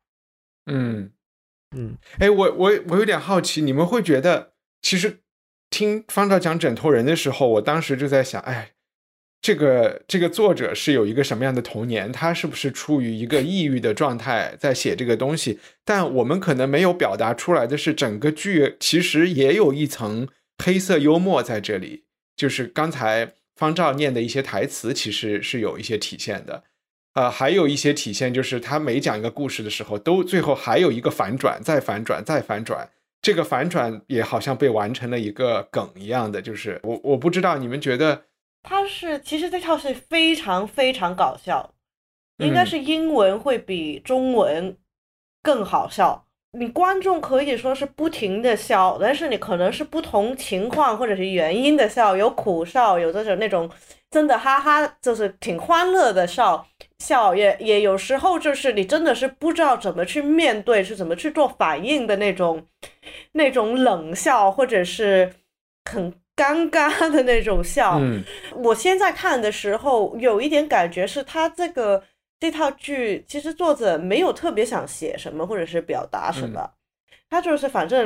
S1: 我有点好奇，你们会觉得，其实听方照讲枕头人的时候，我当时就在想，这个作者是有一个什么样的童年？他是不是处于一个抑郁的状态在写这个东西？但我们可能没有表达出来的是，整个剧其实也有一层黑色幽默在这里，就是刚才方照念的一些台词，其实是有一些体现的。还有一些体现就是他每讲一个故事的时候，都最后还有一个反转，再反转，再反转。这个反转也好像被完成了一个梗一样的，就是我不知道你们觉得。
S3: 其实这套是非常非常搞笑，应该是英文会比中文更好笑。你观众可以说是不停的笑，但是你可能是不同情况或者是原因的笑，有苦笑，有那种真的哈哈，就是挺欢乐的笑，也有时候就是你真的是不知道怎么去面对，是怎么去做反应的那种冷笑，或者是很尴尬的那种笑。我现在看的时候有一点感觉是他这套剧其实作者没有特别想写什么或者是表达什么，他就是反正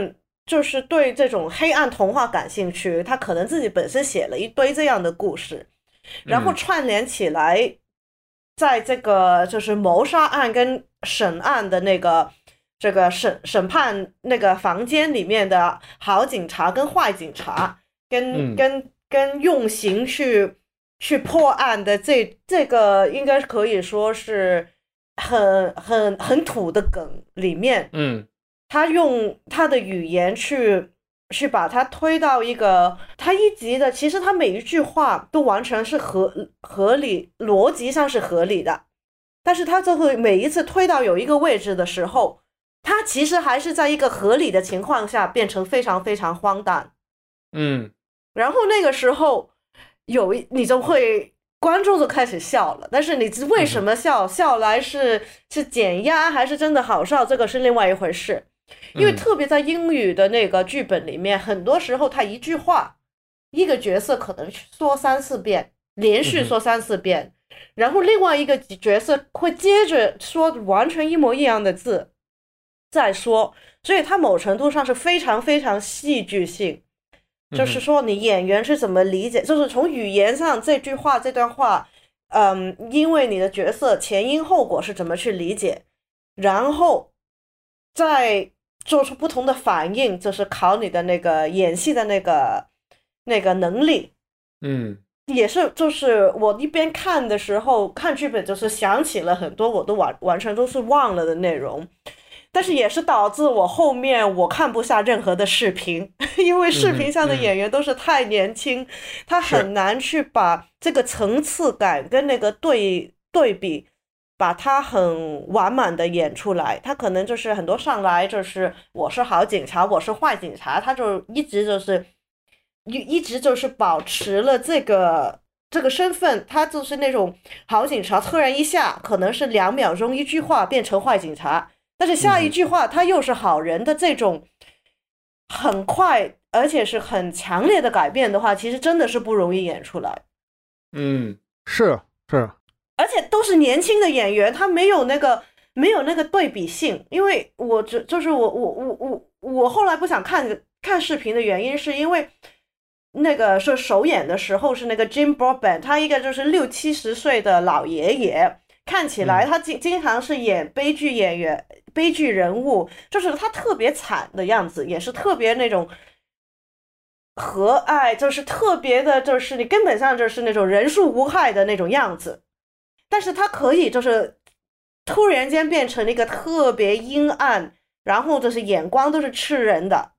S3: 就是对这种黑暗童话感兴趣，他可能自己本身写了一堆这样的故事，然后串联起来，在这个就是谋杀案跟审案的那个这个审判那个房间里面的好警察跟坏警察，跟用刑去破案的这个应该可以说是很土的梗里面，他用他的语言去把它推到一个他一集的，其实他每一句话都完全是合理，逻辑上是合理的，但是他就会每一次推到有一个位置的时候，他其实还是在一个合理的情况下变成非常非常荒诞。然后那个时候你就会观众就开始笑了，但是你为什么笑来是减压还是真的好笑，这个是另外一回事。因为特别在英语的那个剧本里面，很多时候他一句话一个角色可能说3-4遍，连续说3-4遍，然后另外一个角色会接着说完全一模一样的字再说，所以它某程度上是非常非常戏剧性，就是说你演员是怎么理解，就是从语言上这句话这段话因为你的角色前因后果是怎么去理解，然后再做出不同的反应，就是考你的那个演戏的那个能力。也是就是我一边看的时候看剧本，就是想起了很多我都完全都是忘了的内容，但是也是导致我后面我看不下任何的视频，因为视频上的演员都是太年轻，他很难去把这个层次感跟那个对比把它很完满的演出来。他可能就是很多上来就是我是好警察我是坏警察，他就一直就是保持了这个身份，他就是那种好警察，突然一下可能是2秒钟一句话变成坏警察，但是下一句话他又是好人的这种很快而且是很强烈的改变的话，其实真的是不容易演出来。
S2: 是，
S3: 而且都是年轻的演员，他没有那个对比性。因为我后来不想看视频的原因，是因为那个是首演的时候是那个 Jim Broadbent， 他一个就是60-70岁的老爷爷，看起来他经常是演悲剧演员、悲剧人物，就是他特别惨的样子，也是特别那种和蔼，就是特别的，就是你根本上就是那种人畜无害的那种样子。但是他可以就是突然间变成一个特别阴暗，然后就是眼光都是吃人的，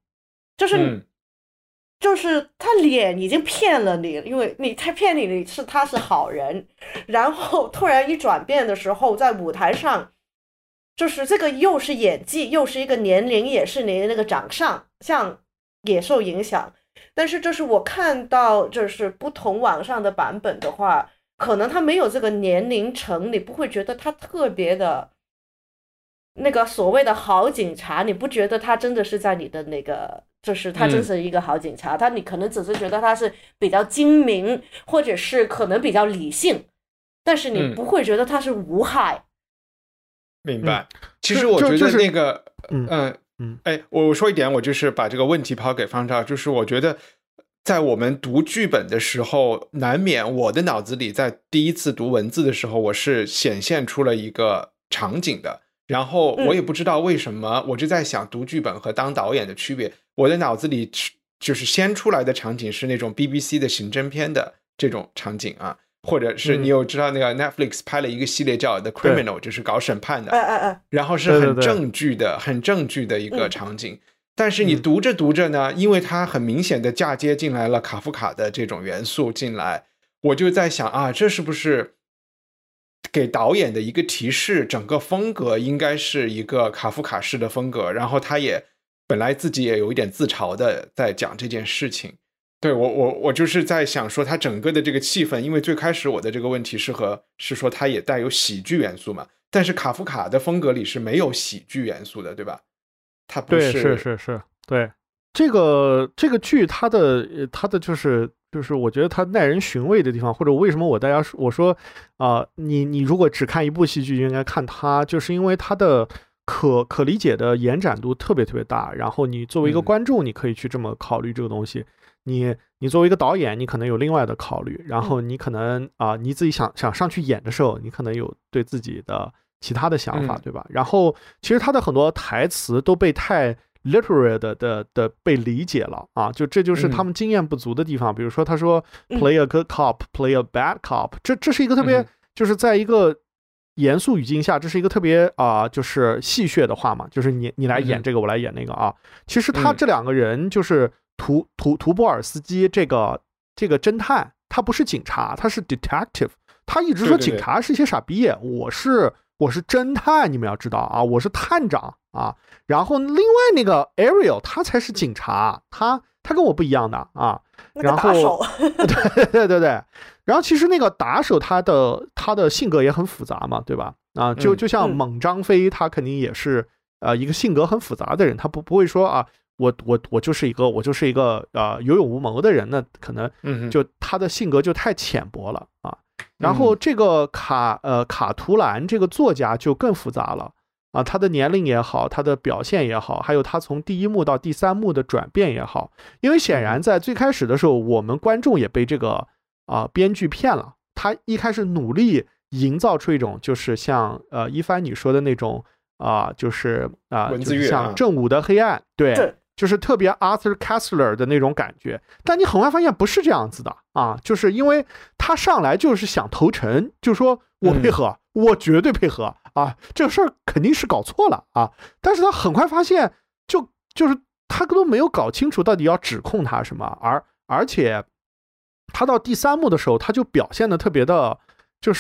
S3: 就是他脸已经骗了你，因为他骗你他是好人，然后突然一转变的时候，在舞台上，就是这个又是演技，又是一个年龄，也是你的那个长相也受影响。但是就是我看到就是不同网上的版本的话，可能他没有这个年龄层，你不会觉得他特别的那个所谓的好警察，你不觉得他真的是在你的那个就是他真是一个好警察，你可能只是觉得他是比较精明，或者是可能比较理性，但是你不会觉得他是无害。
S1: 明白。其实我觉得那个我说一点，我就是把这个问题抛给方丈，就是我觉得在我们读剧本的时候，难免我的脑子里在第一次读文字的时候，我是显现出了一个场景的，然后我也不知道为什么，我就在想读剧本和当导演的区别。我的脑子里就是先出来的场景是那种 BBC 的刑侦片的这种场景啊，或者是你有知道那个 Netflix 拍了一个系列叫 The Criminal， 就是搞审判的，然后是很正剧的一个场景。但是你读着读着呢，因为它很明显的嫁接进来了卡夫卡的这种元素进来，我就在想啊，这是不是给导演的一个提示，整个风格应该是一个卡夫卡式的风格，然后他也本来自己也有一点自嘲的在讲这件事情。对，我就是在想说他整个的这个气氛，因为最开始我的这个问题是说他也带有喜剧元素嘛，但是卡夫卡的风格里是没有喜剧元素的，对吧？他不是，
S2: 对，是，对，这个剧它的就是我觉得它耐人寻味的地方，或者为什么我说你如果只看一部戏剧应该看它，就是因为它的可理解的延展度特别特别大，然后你作为一个观众，你可以去这么考虑这个东西。你作为一个导演，你可能有另外的考虑，然后你可能你自己想上去演的时候，你可能有对自己的其他的想法，对吧？然后其实他的很多台词都被太 literal 的被理解了啊，这就是他们经验不足的地方。比如说他说 play a good cop, play a bad cop， 这是一个特别就是在一个严肃语境下，这是一个特别就是戏谑的话嘛，就是你来演这个，我来演那个啊。其实他这两个人就是图波尔斯基这个侦探，他不是警察，他是 detective， 他一直说警察是一些傻逼，我是侦探，你们要知道啊，我是探长啊。然后另外那个 Ariel 他才是警察，他跟我不一样的啊。然后对，然后其实那个打手他的性格也很复杂嘛，对吧？啊，就像猛张飞，他肯定也是一个性格很复杂的人，他不会说啊，我就是一个有勇无谋的人，那可能就他的性格就太浅薄了啊。然后这个卡图兰这个作家就更复杂了啊，他的年龄也好，他的表现也好，还有他从第一幕到第三幕的转变也好，因为显然在最开始的时候，我们观众也被这个编剧骗了，他一开始努力营造出一种就是像一帆你说的那种就是就是像正午的黑暗，对。就是特别 Arthur Kessler 的那种感觉，但你很快发现不是这样子的啊，就是因为他上来就是想投诚，就说我配合，我绝对配合啊，这个事儿肯定是搞错了啊，但是他很快发现就是他都没有搞清楚到底要指控他什么，而且他到第三幕的时候，他就表现的特别的，就是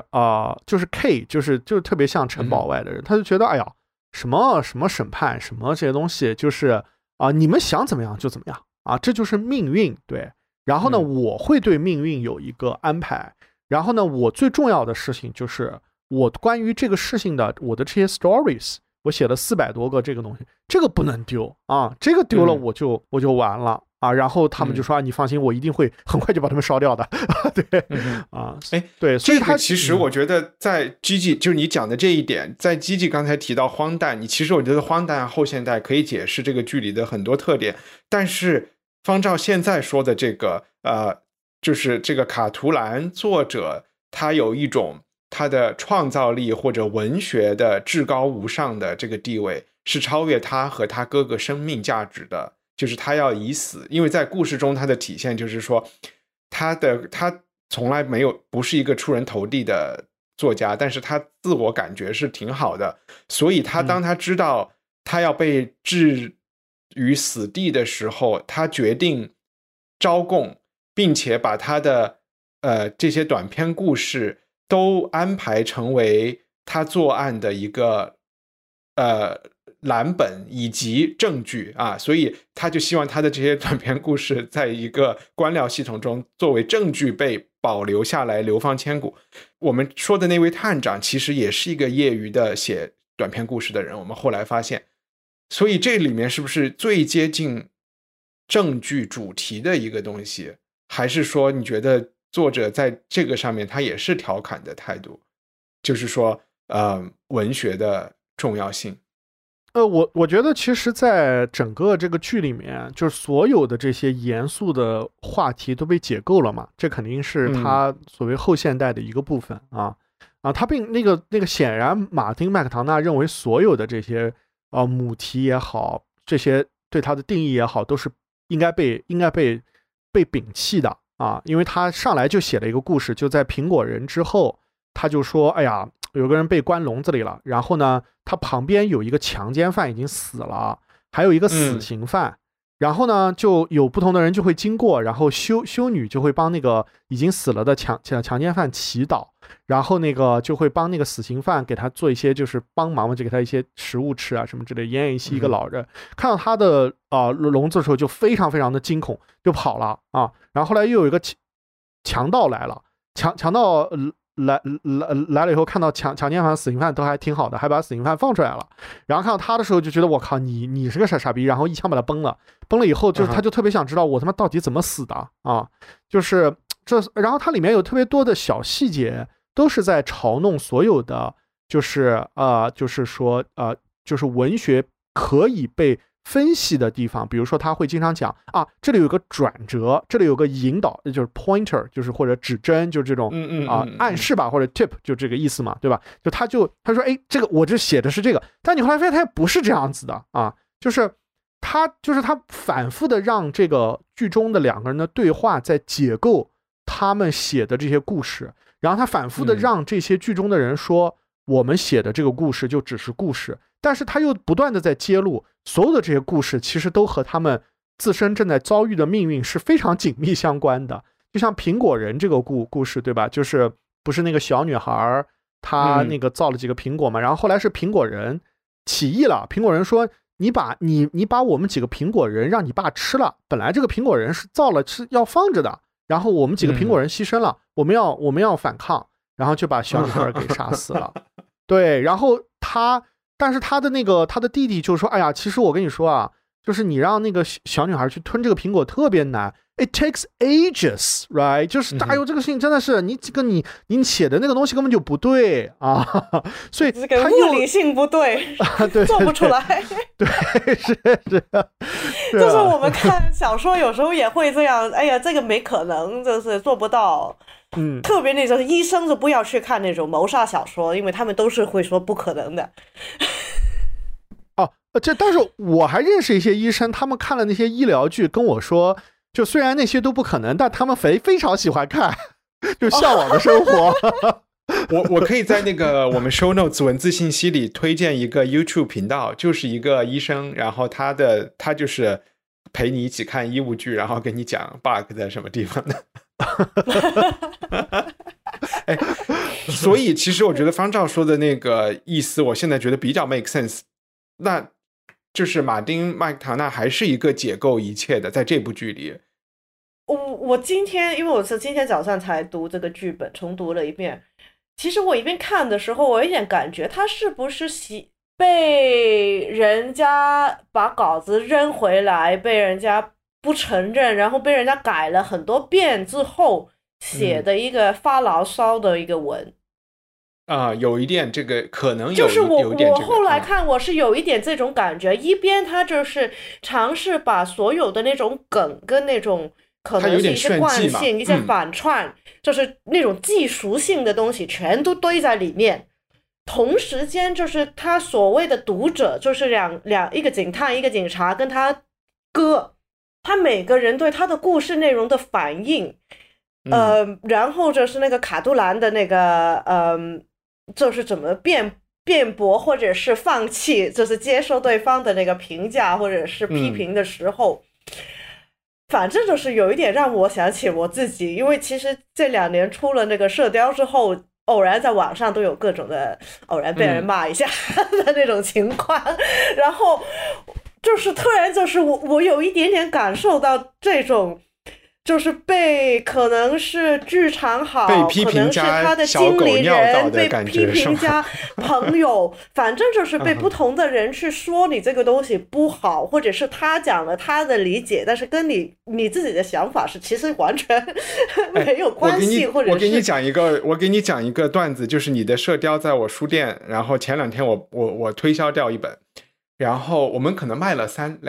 S2: K， 就是特别像城堡外的人，他就觉得哎呀，什么审判，什么这些东西，就是你们想怎么样就怎么样啊，这就是命运，对。然后呢，我会对命运有一个安排。然后呢，我最重要的事情就是我关于这个事情的我的这些 stories， 我写了400多个这个东西，这个不能丢啊，这个丢了我就完了啊。然后他们就说你放心，我一定会很快就把他们烧掉的。对对，所以
S1: 这个其实我觉得在 Gigi 就是你讲的这一点，在 Gigi 刚才提到荒诞，其实我觉得荒诞后现代可以解释这个剧里的很多特点，但是方照现在说的这个就是这个卡图兰作者，他有一种他的创造力或者文学的至高无上的这个地位，是超越他和他哥哥生命价值的，就是他要以死，因为在故事中他的体现就是说他从来不是一个出人头地的作家，但是他自我感觉是挺好的，所以当他知道他要被置于死地的时候，他决定招供，并且把他的这些短篇故事都安排成为他作案的一个蓝本以及证据啊，所以他就希望他的这些短篇故事在一个官僚系统中作为证据被保留下来，流芳千古。我们说的那位探长其实也是一个业余的写短篇故事的人，我们后来发现，所以这里面是不是最接近证据主题的一个东西，还是说你觉得作者在这个上面他也是调侃的态度，就是说文学的重要性？
S2: 我觉得其实在整个这个剧里面，就是所有的这些严肃的话题都被解构了嘛，这肯定是他所谓后现代的一个部分他并那个显然马丁麦克唐纳认为所有的这些母题也好，这些对他的定义也好，都是应该被摒弃的因为他上来就写了一个故事，就在苹果人之后，他就说哎呀，有个人被关笼子里了，然后呢他旁边有一个强奸犯已经死了，还有一个死刑犯，然后呢就有不同的人就会经过，然后修女就会帮那个已经死了的强奸犯祈祷，然后那个就会帮那个死刑犯给他做一些就是帮忙嘛，就给他一些食物吃什么之类。奄奄一息一个老人看到他的笼子的时候就非常非常的惊恐，就跑了然后后来又有一个强盗来了，强盗来了以后，看到强奸犯死刑犯都还挺好的，还把死刑犯放出来了，然后看到他的时候就觉得我靠，你是个傻逼，然后一枪把他崩了以后，就是他就特别想知道我他妈到底怎么死的就是然后它里面有特别多的小细节都是在嘲弄所有的就是说就是文学可以被分析的地方，比如说他会经常讲啊，这里有个转折，这里有个引导，就是 pointer， 就是或者指针，就这种暗示吧，或者 tip， 就这个意思嘛，对吧？他说，哎，这个我这写的是这个，但你后来发现他也不是这样子的啊，就是他反复的让这个剧中的两个人的对话在解构他们写的这些故事，然后他反复的让这些剧中的人说，我们写的这个故事就只是故事，但是他又不断的在揭露所有的这些故事其实都和他们自身正在遭遇的命运是非常紧密相关的。就像苹果人这个故事，对吧？就是不是那个小女孩她那个造了几个苹果嘛，然后后来是苹果人起义了，苹果人说你把我们几个苹果人让你爸吃了，本来这个苹果人是造了是要放着的，然后我们几个苹果人牺牲了，我们要反抗，然后就把小女孩给杀死了。对，然后但是他的弟弟就说，哎呀，其实我跟你说啊，就是你让那个小女孩去吞这个苹果特别难 ，it takes ages， right？ 就是哎呦，这个事情真的是你写的那个东西根本就不对啊，所以他
S3: 物理性不对，
S2: 对，
S3: 做不出来。
S2: 对，是，
S3: 就是我们看小说有时候也会这样，哎呀，这个没可能，就是做不到。特别那种医生就不要去看那种谋杀小说，因为他们都是会说不可能的。
S2: 但是我还认识一些医生，他们看了那些医疗剧跟我说，就虽然那些都不可能，但他们非常喜欢看，就向往的生活。
S1: 我可以在那个我们 show notes 文字信息里推荐一个 YouTube 频道，就是一个医生，然后他就是陪你一起看医务剧，然后跟你讲 bug 在什么地方的。哎，所以其实我觉得方丈说的那个意思，我现在觉得比较 make sense。那就是马丁麦克唐纳还是一个解构一切的，在这部剧里。
S3: 我今天因为我是今天早上才读这个剧本，重读了一遍。其实我一边看的时候，我有点感觉他是不是被人家把稿子扔回来，被人家不承认，然后被人家改了很多遍之后写的一个发牢骚的一个文。
S1: 有一点这个可能有，
S3: 就是
S1: 有一点这个。
S3: 我后来看我是有一点这种感觉，一边他就是尝试把所有的那种梗跟那种可能是一些惯性、一些反串，就是那种技术性的东西全都堆在里面。同时间就是他所谓的读者，就是一个警探、一个警察跟他哥，他每个人对他的故事内容的反应，然后就是那个卡杜兰的那个就是怎么辩驳或者是放弃，就是接受对方的那个评价或者是批评的时候，反正就是有一点让我想起我自己，因为其实这2年出了那个射雕之后，偶然在网上都有各种的偶然被人骂一下的那种情况，然后就是突然就是我有一点点感受到这种。就是可能是剧场好，
S1: 被批评
S3: 可能是他的经理人，被批评家朋友，反正就是被不同的人去说你这个东西不好，或者是他讲了他的理解，但是跟你自己的想法是其实完全没有关系。或者是
S1: 我给你讲一个段子，就是你的射雕在我书店，然后前2天我推销掉一本，然后我们可能卖了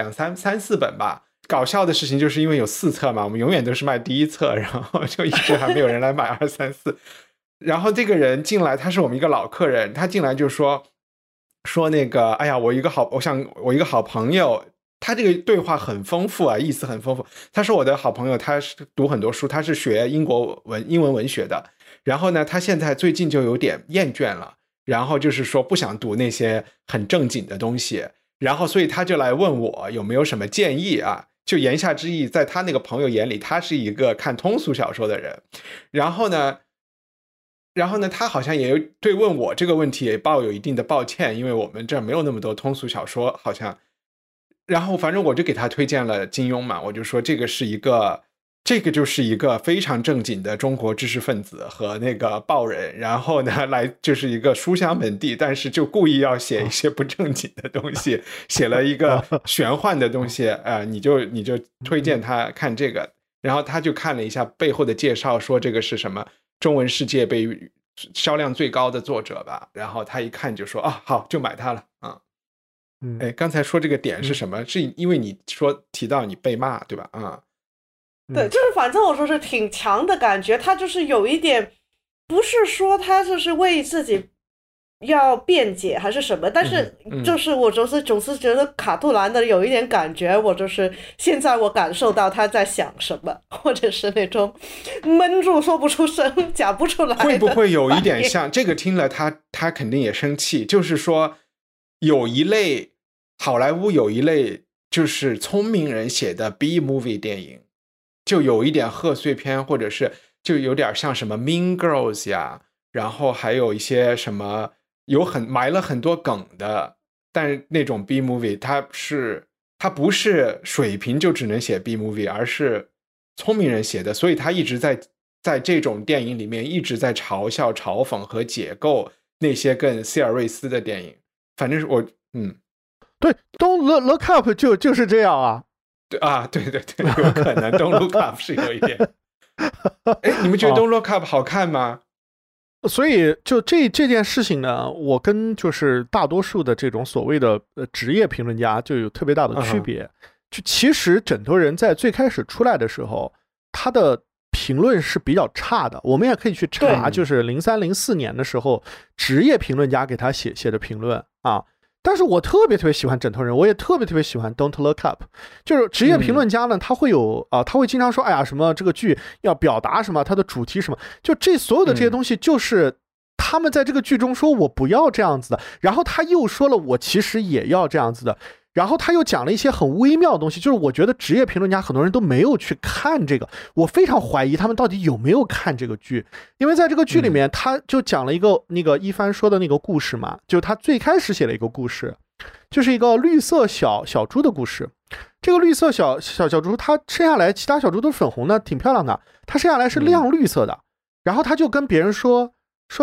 S1: 3、4本吧。搞笑的事情就是因为有4册嘛，我们永远都是卖第1册，然后就一直还没有人来买2、3、4。然后这个人进来，他是我们一个老客人，他进来就说那个，哎呀，我一个好朋友，他这个对话很丰富啊，意思很丰富。他说我的好朋友，他是读很多书，他是学英文文学的，然后呢，他现在最近就有点厌倦了，然后就是说不想读那些很正经的东西，然后所以他就来问我有没有什么建议啊。就言下之意，在他那个朋友眼里，他是一个看通俗小说的人。然后呢，他好像也对问我这个问题也抱有一定的抱歉，因为我们这儿没有那么多通俗小说，好像。然后反正我就给他推荐了金庸嘛，我就说这个就是一个非常正经的中国知识分子和那个报人，然后呢来就是一个书香门第，但是就故意要写一些不正经的东西，写了一个玄幻的东西，你就推荐他看这个，然后他就看了一下背后的介绍，说这个是什么中文世界被销量最高的作者吧，然后他一看就说好，就买它了啊。 哎，刚才说这个点是什么？是因为你提到你被骂，对吧？
S3: 对，就是反正我说是挺强的感觉，他就是有一点，不是说他就是为自己要辩解还是什么，但是就是我总是觉得卡杜兰的有一点感觉，我就是现在我感受到他在想什么，或者是那种闷住说不出声讲不出来的，
S1: 会不会有一点像这个？听了他肯定也生气，就是说有一类好莱坞有一类就是聪明人写的 B movie 电影，就有一点贺岁片，或者是就有点像什么 Mean Girls 呀，然后还有一些什么埋了很多梗的，但是那种 B movie 它不是水平就只能写 B movie， 而是聪明人写的，所以他一直在这种电影里面一直在嘲笑、嘲讽和解构那些更希尔瑞斯的电影。反正是
S2: 对 ，Don't Look Up 就是这样啊。
S1: 对啊，对，有可能 Don't Look Up 是有一点。哎，你们觉得 Don't Look Up 好看吗？
S2: 所以就这件事情呢，我跟就是大多数的这种所谓的职业评论家就有特别大的区别。就其实枕头人在最开始出来的时候，他的评论是比较差的。我们也可以去查，就是03、04年的时候，职业评论家给他写的评论啊。但是我特别喜欢枕头人，我也特别喜欢 Don't Look Up。就是职业评论家呢，他会有他会经常说，哎呀，什么这个剧要表达什么，它的主题什么，就这所有的这些东西，就是他们在这个剧中说我不要这样子的，然后他又说了我其实也要这样子的。然后他又讲了一些很微妙的东西，就是我觉得职业评论家很多人都没有去看这个，我非常怀疑他们到底有没有看这个剧。因为在这个剧里面，他就讲了一个那个一帆说的那个故事嘛，就是他最开始写了一个故事，就是一个绿色小猪的故事。这个绿色小猪，它生下来其他小猪都是粉红的，挺漂亮的，它生下来是亮绿色的。然后他就跟别人说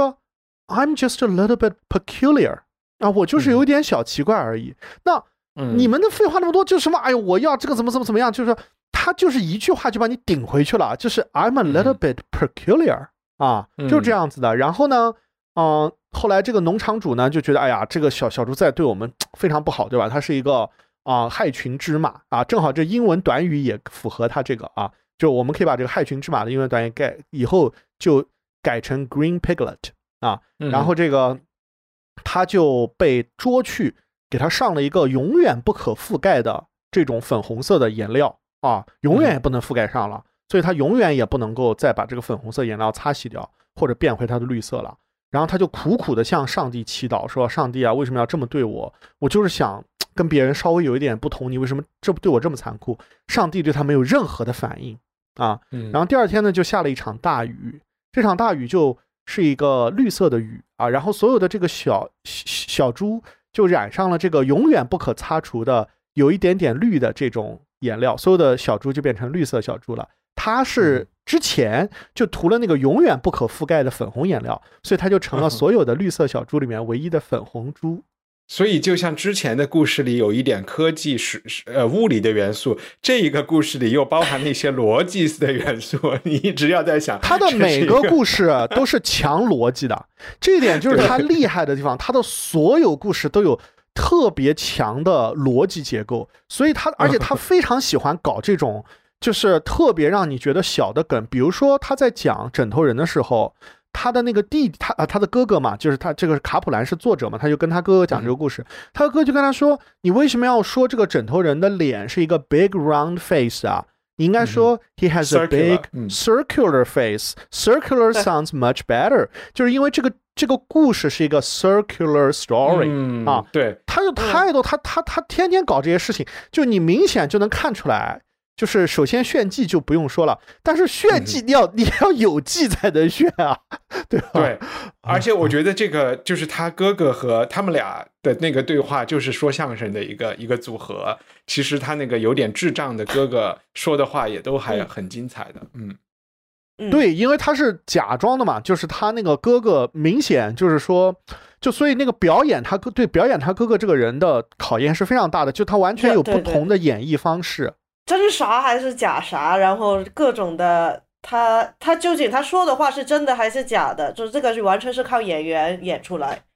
S2: I'm just a little bit peculiar 啊，我就是有一点小奇怪而已。那你们的废话那么多，就是什么？哎呦，我要这个怎么样？就是说，他就是一句话就把你顶回去了，就是 I'm a little bit peculiar 啊，就是这样子的。然后呢，后来这个农场主呢就觉得，哎呀，这个小猪在对我们非常不好，对吧？它是一个害群之马啊，正好这英文短语也符合它这个啊，就我们可以把这个害群之马的英文短语以后就改成 green piglet 啊，然后这个他就被捉去。给它上了一个永远不可覆盖的这种粉红色的颜料啊，永远也不能覆盖上了，所以它永远也不能够再把这个粉红色颜料擦洗掉或者变回它的绿色了。然后他就苦苦的向上帝祈祷，说上帝啊，为什么要这么对我？我就是想跟别人稍微有一点不同，你为什么对我这么残酷？上帝对他没有任何的反应啊。然后第二天呢，就下了一场大雨，这场大雨就是一个绿色的雨啊，然后所有的这个小猪就染上了这个永远不可擦除的有一点点绿的这种颜料，所有的小猪就变成绿色小猪了。它是之前就涂了那个永远不可覆盖的粉红颜料，所以它就成了所有的绿色小猪里面唯一的粉红猪。
S1: 所以就像之前的故事里有一点科技物理的元素，这一个故事里又包含了一些逻辑的元素，你一直要在想
S2: 它的每个故事都是强逻辑的，这一点就是它厉害的地方，它的所有故事都有特别强的逻辑结构，所以而且他非常喜欢搞这种就是特别让你觉得小的梗。比如说他在讲枕头人的时候，他的那个弟弟，他的哥哥嘛，就是他这个卡普兰是作者嘛，他就跟他哥哥讲这个故事，他哥就跟他说，你为什么要说这个枕头人的脸是一个 big round face 啊？你应该说 he has a big circular face. Circular sounds much better. 就是因为这个故事是一个 circular story 啊，
S1: 对，
S2: 他有太多，他天天搞这些事情，就你明显就能看出来。就是首先炫技就不用说了，但是炫技你要有技才能炫啊，对吧？
S1: 对，而且我觉得这个就是他哥哥和他们俩的那个对话，就是说相声的一个组合。其实他那个有点智障的哥哥说的话也都还很精彩的。
S2: 对，因为他是假装的嘛，就是他那个哥哥明显就是说，就所以那个表演他哥哥这个人的考验是非常大的，就他完全有不同的演绎方式。
S3: 真啥还是假啥，然后各种的，他究竟他说的话是真的还是假的，就是这个是完全是靠演员演出来。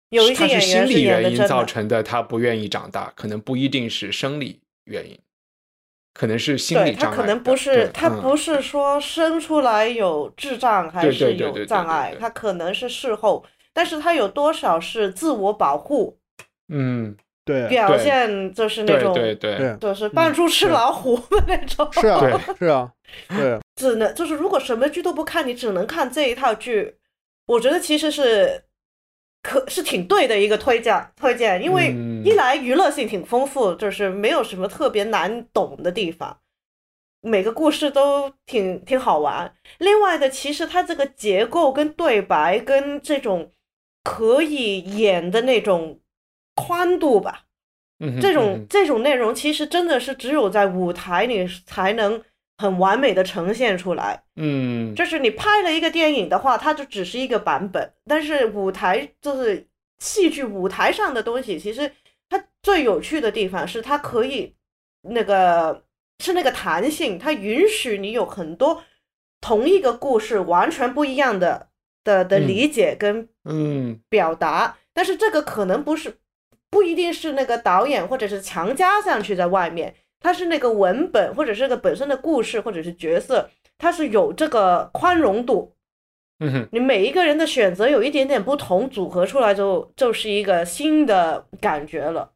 S3: 有一些演员
S1: 心理原因造
S3: 的
S1: 成的，他不愿意长大，可能不一定是生理原因，可能是心理障碍。
S3: 对，他可能不是，他不是说生出来有智障还是有障碍，他可能是事后，但是他有多少是自我保护？
S2: 对，
S3: 表现就是那种，
S1: 对，
S3: 就是扮猪吃老虎的那种。
S2: 是啊，是啊，对，
S3: 只能就是如果什么剧都不看，你只能看这一套剧，我觉得其实是挺对的一个推荐，因为一来娱乐性挺丰富，就是没有什么特别难懂的地方，每个故事都挺好玩。另外的，其实它这个结构跟对白跟这种可以演的那种宽度吧，这种内容其实真的是只有在舞台里才能很完美的呈现出来。就是你拍了一个电影的话，它就只是一个版本，但是舞台就是戏剧舞台上的东西，其实它最有趣的地方是它可以那个弹性，它允许你有很多同一个故事完全不一样的理解跟表达，但是这个可能不一定是那个导演或者是强加上去在外面，它是那个文本或者是个本身的故事或者是角色，它是有这个宽容度。你每一个人的选择有一点点不同，组合出来就是一个新的感觉了。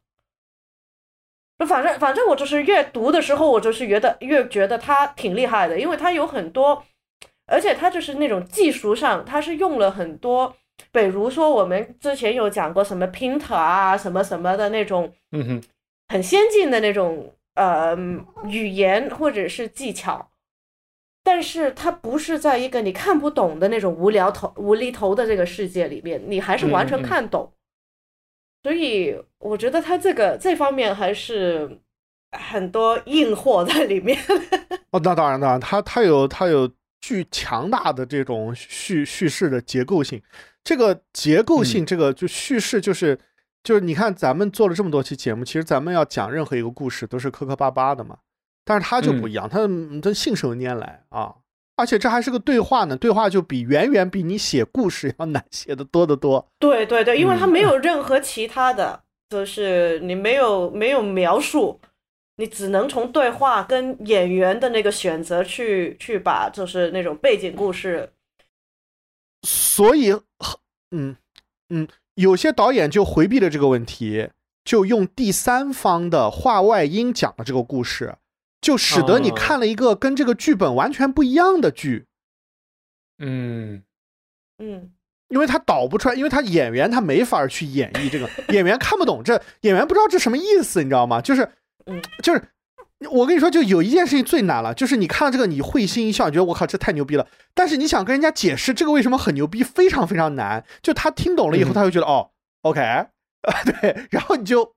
S3: 反正我就是越读的时候，我就是越觉得他挺厉害的，因为他有很多，而且他就是那种技术上，他是用了很多，比如说我们之前有讲过什么 Painter 啊，什么什么的那种，很先进的那种语言或者是技巧，但是它不是在一个你看不懂的那种无厘头的这个世界里面，你还是完全看懂。所以我觉得他这方面还是很多硬货在里面。
S2: 那当然，他有巨强大的这种叙事的结构性。这个结构性，这个就叙事就是你看咱们做了这么多期节目，其实咱们要讲任何一个故事都是磕磕巴巴的嘛，但是他就不一样，他信手拈来啊。而且这还是个对话呢，对话就远远比你写故事要难写的多得多。
S3: 对，因为它没有任何其他的，就是你没有描述，你只能从对话跟演员的那个选择去把就是那种背景故事。
S2: 所以有些导演就回避了这个问题，就用第三方的话外音讲了这个故事，就使得你看了一个跟这个剧本完全不一样的剧。因为他导不出来，因为他演员他没法去演绎这个，演员看不懂，演员不知道这什么意思，你知道吗？就是我跟你说，就有一件事情最难了，就是你看到这个你会心一笑，你觉得我靠这太牛逼了，但是你想跟人家解释这个为什么很牛逼，非常非常难。就他听懂了以后，他会觉得OK，对，然后你就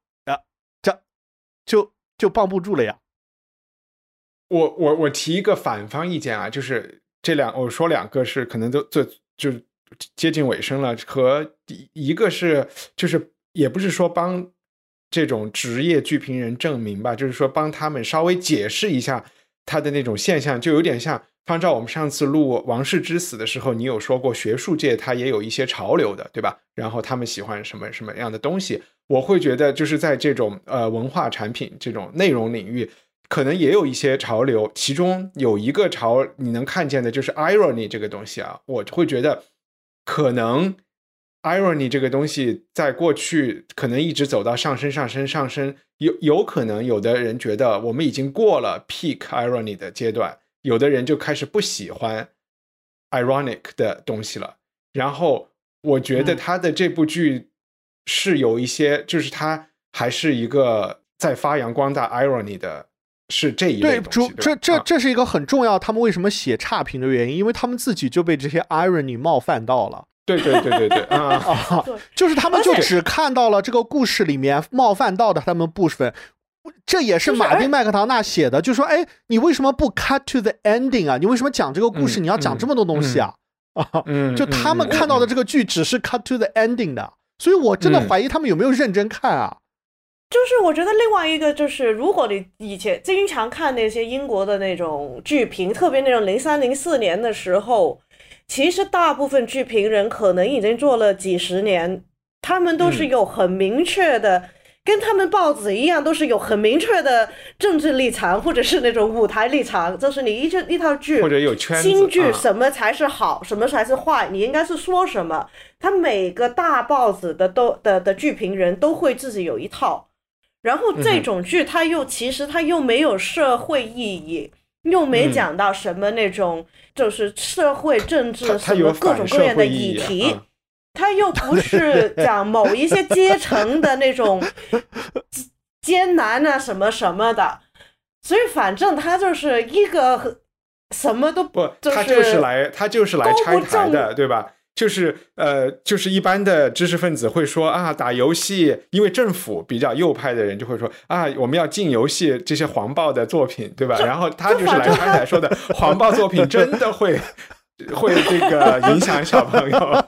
S2: 绷不住了呀。
S1: 我提一个反方意见啊，就是我说两个是可能就接近尾声了，和一个是就是也不是说帮这种职业剧评人证明吧，就是说帮他们稍微解释一下他的那种现象，就有点像方照我们上次录《王室之死》的时候，你有说过学术界它也有一些潮流的，对吧？然后他们喜欢什么什么样的东西，我会觉得就是在这种文化产品这种内容领域可能也有一些潮流，其中有一个你能看见的就是 irony 这个东西啊，我会觉得可能 irony 这个东西在过去可能一直走到上升，有可能有的人觉得我们已经过了 peak irony 的阶段，有的人就开始不喜欢 ironic 的东西了。然后我觉得他的这部剧是有一些就是他还是一个在发扬光大 irony 的，是这一类东西。
S2: 对，这是一个很重要，他们为什么写差评的原因，因为他们自己就被这些 irony 冒犯到了。
S1: 对
S2: 就是他们就只看到了这个故事里面冒犯到的他们部分。这也是马丁麦克唐纳写的，就说你为什么不 cut to the ending 啊？你为什么讲这个故事你要讲这么多东西啊？就他们看到的这个剧只是 cut to the ending 的，所以我真的怀疑他们有没有认真看啊。
S3: 就是我觉得另外一个就是，如果你以前经常看那些英国的那种剧评，特别那种03、04年的时候，其实大部分剧评人可能已经做了几十年， 他们都是有很明确的，跟他们报纸一样，都是有很明确的政治立场，或者是那种舞台立场。就是你一套剧
S1: 或者有圈子
S3: 新剧，什么才是好，什么才是坏，你应该是说什么。他每个大报纸的剧评人都会自己有一套。然后这种剧其实它又没有社会意义，又没讲到什么那种就是社会政治什么各种各样的议题。他又不是讲某一些阶层的那种艰难啊什么什么的，所以反正他就是一个什么都
S1: 不，他就是来拆台的，对吧？就是一般的知识分子会说啊，打游戏，因为政府比较右派的人就会说啊，我们要禁游戏这些黄暴的作品，对吧？然后他就是来拆台说的，黄暴作品真的会这个影响小朋友。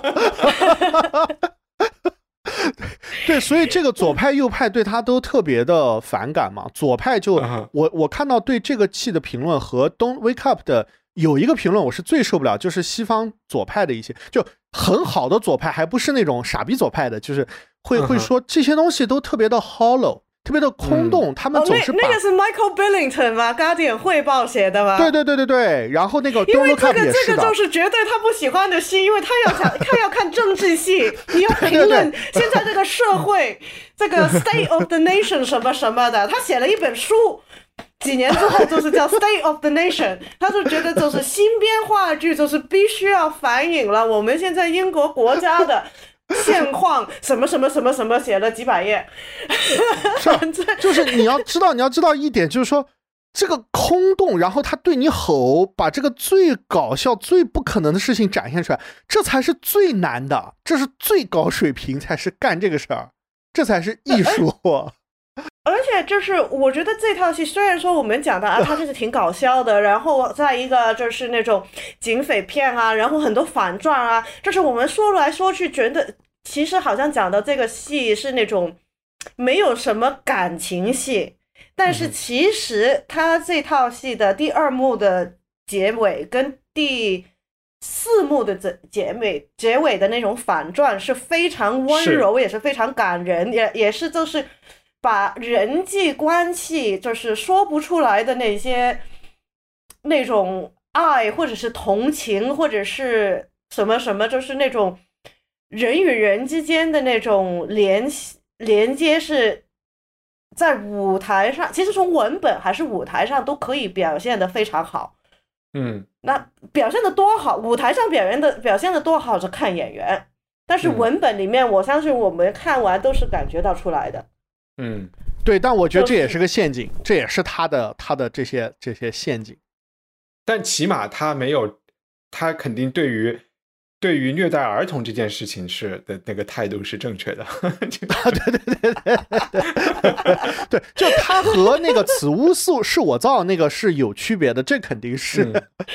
S2: 对，所以这个左派右派对他都特别的反感嘛。左派就我看到对这个戏的评论和 Don't Wake Up 的有一个评论我是最受不了，就是西方左派的一些就很好的左派，还不是那种傻逼左派的，就是会说这些东西都特别的 hollow，特别的空洞，他们总是把
S3: 那个是 Michael Billington 吗 ？Guardian 汇报写的吗？
S2: 对，然后那个
S3: Don't
S2: Look Up 也是的，
S3: 这个就是绝对他不喜欢的戏，因为他要看政治戏，你要评论现在这个社会这个 State of the Nation 什么什么的，他写了一本书。几年之后就是叫 State of the Nation， 他就觉得就是新编话剧就是必须要反映了我们现在英国国家的现况，什么什么什么什么，写了几百页。
S2: 就是你要知道一点，就是说这个空洞，然后他对你吼，把这个最搞笑最不可能的事情展现出来，这才是最难的，这是最高水平才是干这个事儿，这才是艺术。
S3: 而且就是我觉得这套戏虽然说我们讲的啊，它就是挺搞笑的，然后再一个就是那种警匪片啊，然后很多反转啊，就是我们说来说去觉得其实好像讲的这个戏是那种没有什么感情戏，但是其实它这套戏的第2幕的结尾跟第4幕的结尾的那种反转是非常温柔，也是非常感人，也是就是把人际关系就是说不出来的那种爱或者是同情或者是什么什么，就是那种人与人之间的那种连接是在舞台上，其实从文本还是舞台上都可以表现得非常好。那表现得多好，舞台上表现得多好是看演员，但是文本里面我相信我们看完都是感觉到出来的。
S2: 对，但我觉得这也是个陷阱，这也是他的这些陷阱。
S1: 但起码他没有，他肯定对于虐待儿童这件事情的那个态度是正确的。
S2: 对，就他和那个此屋是我造那个是有区别的，这肯定是。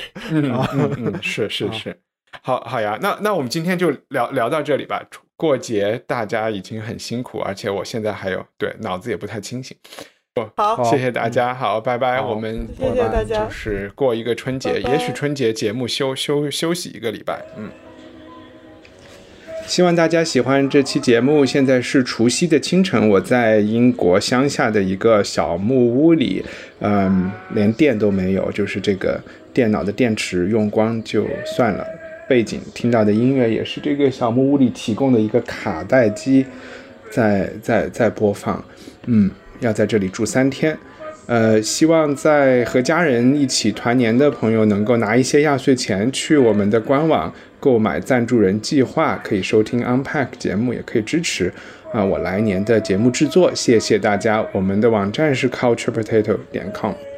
S1: 是。好呀，那我们今天就聊到这里吧。过节大家已经很辛苦，而且我现在脑子也不太清醒。
S3: 好，
S1: 谢谢大家，好，拜拜。我们
S3: 谢谢大家，
S1: 就是过一个春节，也许春节节目休息一个礼拜。希望大家喜欢这期节目。现在是除夕的清晨，我在英国乡下的一个小木屋里，连电都没有，就是这个电脑的电池用光就算了。背景听到的音乐也是这个小木屋里提供的一个卡带机在播放。要在这里住3天。希望在和家人一起团年的朋友能够拿一些压岁钱去我们的官網购买赞助人计划，可以收听 Unpack 节目，也可以支持我来年的节目制作。谢谢大家，我们的网站是culturepotato.com。